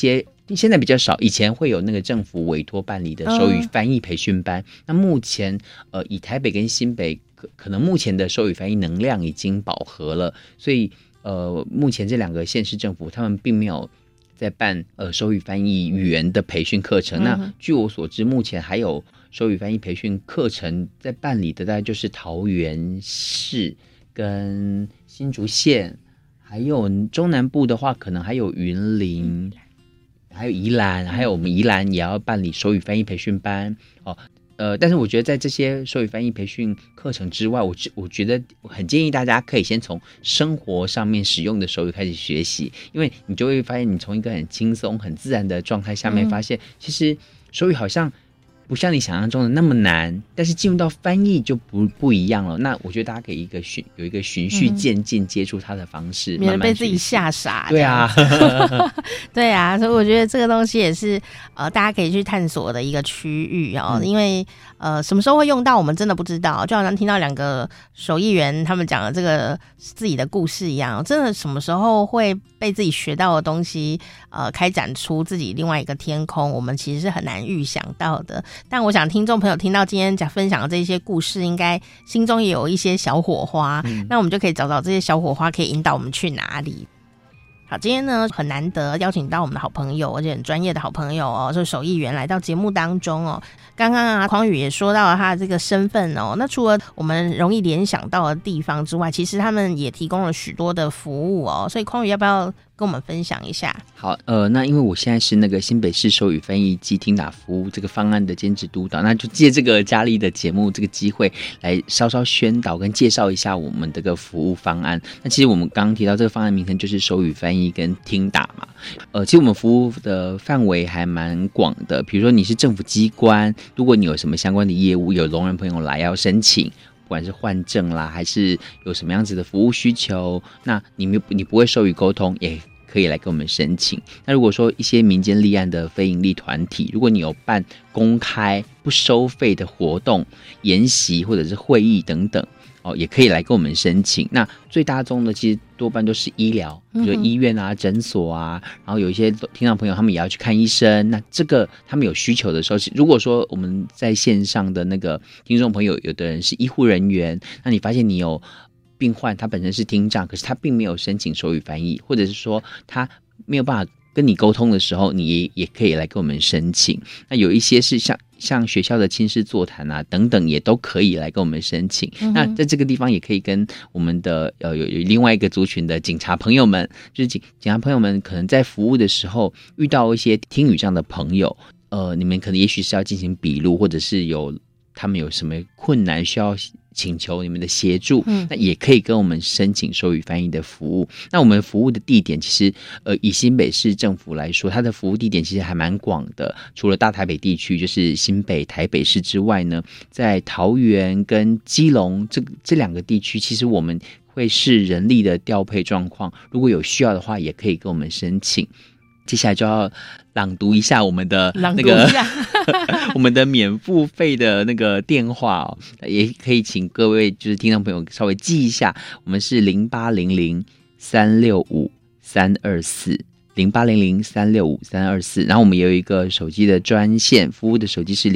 Speaker 2: 现在比较少，以前会有那个政府委托办理的手语翻译培训班。那目前以台北跟新北可能目前的手语翻译能量已经饱和了，所以目前这2个县市政府他们并没有在办手语翻译员的培训课程。那据我所知，目前还有手语翻译培训课程在办理的，大概就是桃园市跟新竹县，还有中南部的话，可能还有云林。还有宜兰，还有我们宜兰也要办理手语翻译培训班哦。但是我觉得在这些手语翻译培训课程之外，我觉得很建议大家可以先从生活上面使用的手语开始学习，因为你就会发现，你从一个很轻松、很自然的状态下面，发现其实手语好像不像你想象中的那么难，但是进入到翻译就不一样了。那我觉得大家可以有一个循序渐进接触它的方式，
Speaker 1: 免得被自己吓傻。
Speaker 2: 对啊，
Speaker 1: 对啊，所以我觉得这个东西也是大家可以去探索的一个区域哦，因为什么时候会用到我们真的不知道，就好像听到2个手译员他们讲的这个自己的故事一样，真的什么时候会被自己学到的东西开展出自己另外一个天空，我们其实是很难预想到的。但我想听众朋友听到今天分享的这些故事，应该心中也有一些小火花，那我们就可以找找这些小火花可以引导我们去哪里。好，今天呢很难得邀请到我们的好朋友，而且很专业的好朋友哦，就是手译员来到节目当中哦。刚刚匡宇也说到了他的这个身份哦，那除了我们容易联想到的地方之外，其实他们也提供了许多的服务哦，所以匡宇要不要跟我们分享一下？
Speaker 2: 好，那因为我现在是那个新北市手语翻译及听打服务这个方案的兼职督导，那就借这个佳丽的节目这个机会来稍稍宣导跟介绍一下我们这个服务方案。那其实我们刚刚提到这个方案名称就是手语翻译跟听打嘛，其实我们服务的范围还蛮广的，比如说你是政府机关，如果你有什么相关的业务，有聋人朋友来要申请，不管是换证啦，还是有什么样子的服务需求，那你不会手语沟通，也可以来跟我们申请。那如果说一些民间立案的非营利团体，如果你有办公开不收费的活动、研习或者是会议等等，也可以来跟我们申请。那最大宗的其实多半都是医疗，比如说医院啊、诊所啊，然后有一些听众朋友他们也要去看医生，那这个他们有需求的时候，如果说我们在线上的那个听众朋友，有的人是医护人员，那你发现你有病患他本身是听障，可是他并没有申请手语翻译，或者是说他没有办法跟你沟通的时候，你也可以来跟我们申请。那有一些是像学校的亲师座谈啊等等，也都可以来跟我们申请。那在这个地方也可以跟我们的有另外一个族群的警察朋友们，就是警察朋友们可能在服务的时候遇到一些听语障的朋友，你们可能也许是要进行笔录，或者是他们有什么困难需要请求你们的协助，那也可以跟我们申请手语翻译的服务。那我们服务的地点其实以新北市政府来说，它的服务地点其实还蛮广的，除了大台北地区就是新北台北市之外呢，在桃园跟基隆这2个地区，其实我们会视人力的调配状况，如果有需要的话也可以跟我们申请。接下来就要朗读一下我们的那个我们的免付费的那个电话也可以请各位就是听众朋友稍微记一下，我们是0800-365-324 0800-365-324，然后我们也有一个手机的专线，服务的手机是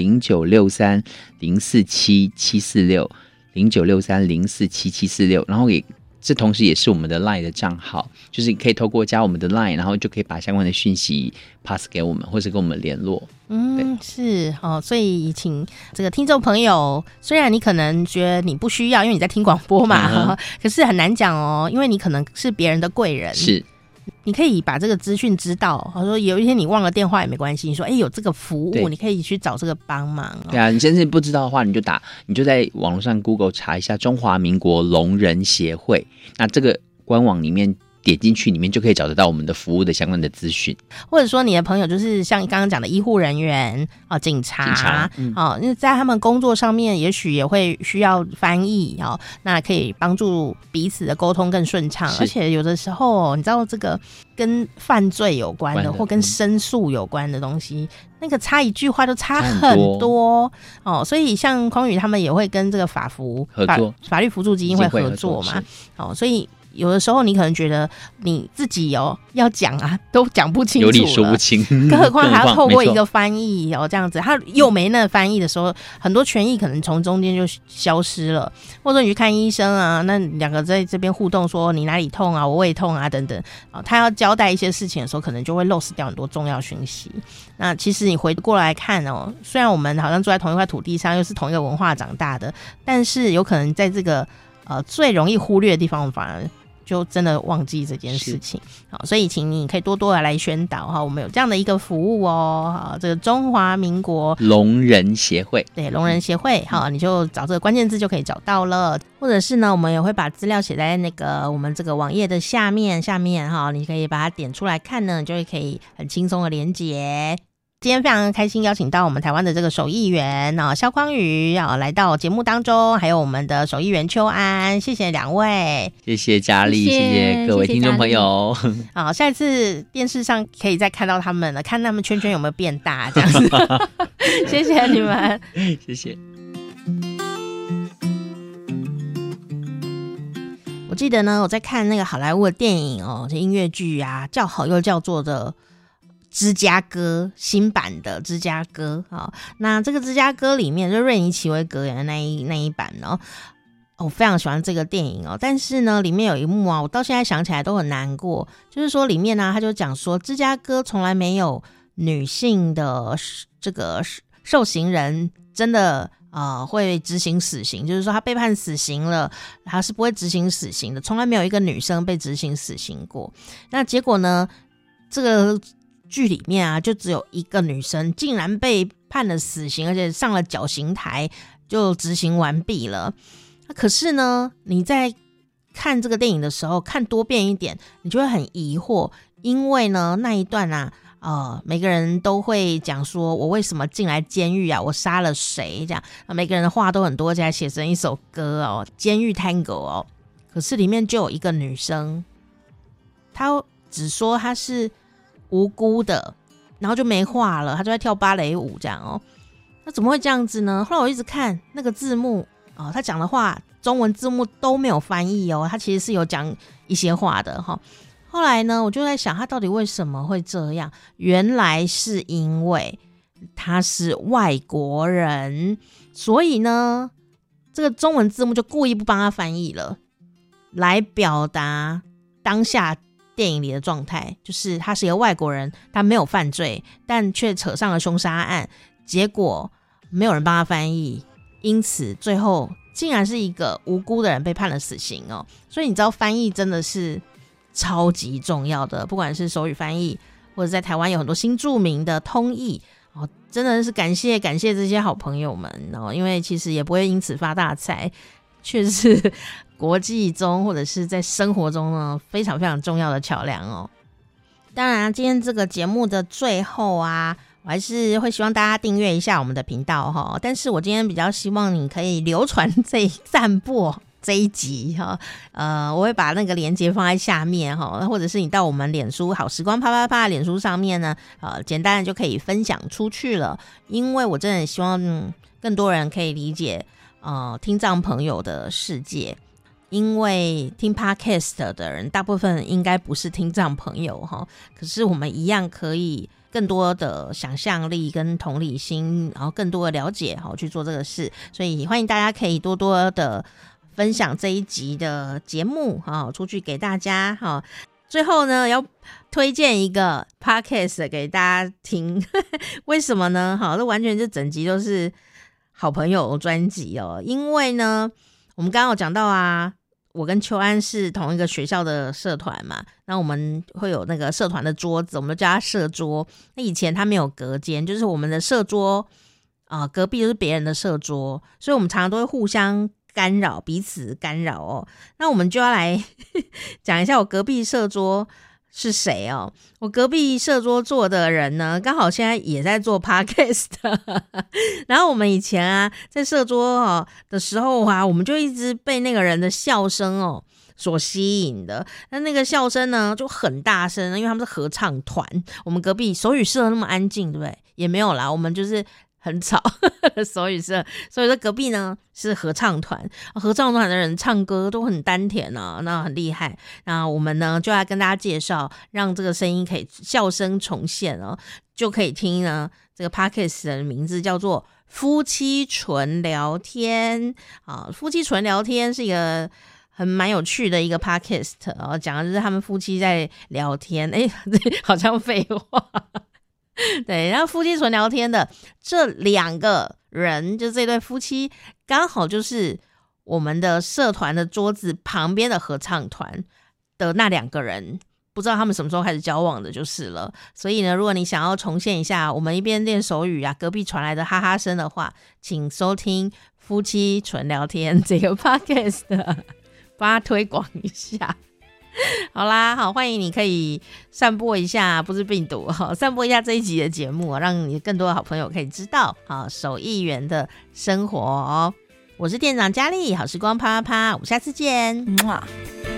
Speaker 2: 0963-047-746 0963-047-746，然后这同时也是我们的 LINE 的账号，就是你可以透过加我们的 LINE， 然后就可以把相关的讯息 pass 给我们，或是跟我们联络。
Speaker 1: 是所以请这个听众朋友，虽然你可能觉得你不需要，因为你在听广播嘛，可是很难讲哦，因为你可能是别人的贵人，是。你可以把这个资讯知道，说有一天你忘了电话也没关系，你说有这个服务，你可以去找这个帮忙。
Speaker 2: 对啊，你真是不知道的话，你就在网络上 Google 查一下中华民国聋人协会，那这个官网里面点进去，里面就可以找得到我们的服务的相关的资讯。
Speaker 1: 或者说你的朋友就是像刚刚讲的医护人员警察因为在他们工作上面也许也会需要翻译那可以帮助彼此的沟通更顺畅。而且有的时候你知道这个跟犯罪有关的或跟申诉有关的东西，那个差一句话都差很多所以像匡宇他们也会跟这个法律辅助基金会合作嘛所以有的时候你可能觉得你自己要讲啊都讲不清楚了，
Speaker 2: 有理说不清，
Speaker 1: 更何况还要透过一个翻译这样子，他又没那个翻译的时候，很多权益可能从中间就消失了，或者你去看医生啊，那两个在这边互动说你哪里痛啊，我胃痛啊等等，他要交代一些事情的时候，可能就会lost掉很多重要讯息。那其实你回过来看虽然我们好像住在同一块土地上，又是同一个文化长大的，但是有可能在这个最容易忽略的地方，我们反而就真的忘记这件事情。好，所以请你可以多多的来宣导我们有这样的一个服务这个中华民国
Speaker 2: 聋人协会，
Speaker 1: 对，聋人协会，好，你就找这个关键字就可以找到了。或者是呢，我们也会把资料写在那个我们这个网页的下面你可以把它点出来看呢，你就会可以很轻松的连结。今天非常开心邀请到我们台湾的这个手艺员萧匡宇来到节目当中，还有我们的手艺员邱安，谢谢两位，
Speaker 2: 谢谢佳丽，谢谢各位听众朋友。
Speaker 1: 好，下一次电视上可以再看到他们了，看他们圈圈有没有变大这样子。谢谢你们，
Speaker 2: 谢谢。
Speaker 1: 我记得呢，我在看那个好莱坞的电影这音乐剧啊，叫好又叫座的芝加哥新版的芝加哥那这个芝加哥里面就瑞尼奇维格演的那一版我非常喜欢这个电影但是呢里面有一幕我到现在想起来都很难过，就是说里面呢他就讲说芝加哥从来没有女性的这个受刑人真的会执行死刑，就是说他被判死刑了，他是不会执行死刑的，从来没有一个女生被执行死刑过。那结果呢，这个剧里面就只有一个女生竟然被判了死刑，而且上了绞刑台就执行完毕了。可是呢，你在看这个电影的时候看多遍一点，你就会很疑惑，因为呢那一段每个人都会讲说我为什么进来监狱我杀了谁这样，每个人的话都很多，才写成一首歌监狱 Tango 可是里面就有一个女生，她只说她是无辜的，然后就没话了，她就在跳芭蕾舞这样那怎么会这样子呢？后来我一直看那个字幕她讲的话中文字幕都没有翻译她其实是有讲一些话的后来呢我就在想她到底为什么会这样，原来是因为她是外国人，所以呢这个中文字幕就故意不帮她翻译了，来表达当下电影里的状态，就是他是一个外国人，他没有犯罪，但却扯上了凶杀案，结果没有人帮他翻译，因此最后竟然是一个无辜的人被判了死刑所以你知道翻译真的是超级重要的，不管是手语翻译或者在台湾有很多新著名的通译真的是感谢这些好朋友们因为其实也不会因此发大财，确实是国际中或者是在生活中呢非常非常重要的桥梁当然今天这个节目的最后我还是会希望大家订阅一下我们的频道但是我今天比较希望你可以流传散播这一集我会把那个连结放在下面或者是你到我们脸书好时光啪啪啪脸书上面呢简单的就可以分享出去了，因为我真的很希望更多人可以理解听障朋友的世界，因为听 podcast 的人大部分应该不是听障朋友可是我们一样可以更多的想象力跟同理心，然后更多的了解去做这个事，所以欢迎大家可以多多的分享这一集的节目出去给大家最后呢要推荐一个 podcast 给大家听为什么呢这完全就整集都是好朋友专辑因为呢我们刚刚有讲到我跟邱安是同一个学校的社团嘛，那我们会有那个社团的桌子，我们都叫它社桌。那以前它没有隔间，就是我们的社桌隔壁就是别人的社桌，所以我们常常都会互相干扰，彼此干扰那我们就要来讲一下我隔壁社桌是谁我隔壁社桌坐的人呢刚好现在也在做 podcast 然后我们以前在社桌的时候我们就一直被那个人的笑声所吸引的，那个笑声呢就很大声，因为他们是合唱团，我们隔壁手语社那么安静对不对？也没有啦，我们就是很吵手语社，所以说隔壁呢是合唱团，合唱团的人唱歌都很丹田啊，那很厉害。那我们呢就要跟大家介绍，让这个声音可以笑声重现哦，就可以听呢这个 Podcast 的名字叫做夫妻纯聊天啊，夫妻纯聊天是一个蛮有趣的一个 podcast， 讲的就是他们夫妻在聊天，好像废话。对，然后夫妻纯聊天的这两个人，就这对夫妻，刚好就是我们的社团的桌子旁边的合唱团的那两个人。不知道他们什么时候开始交往的就是了，所以呢，如果你想要重现一下我们一边练手语啊，隔壁传来的哈哈声的话，请收听夫妻纯聊天这个 podcast 帮他推广一下。好啦，好，欢迎你可以散播一下，不是病毒，散播一下这一集的节目，让你更多的好朋友可以知道手艺员的生活。我是店长佳丽，好时光啪啪啪，我们下次见。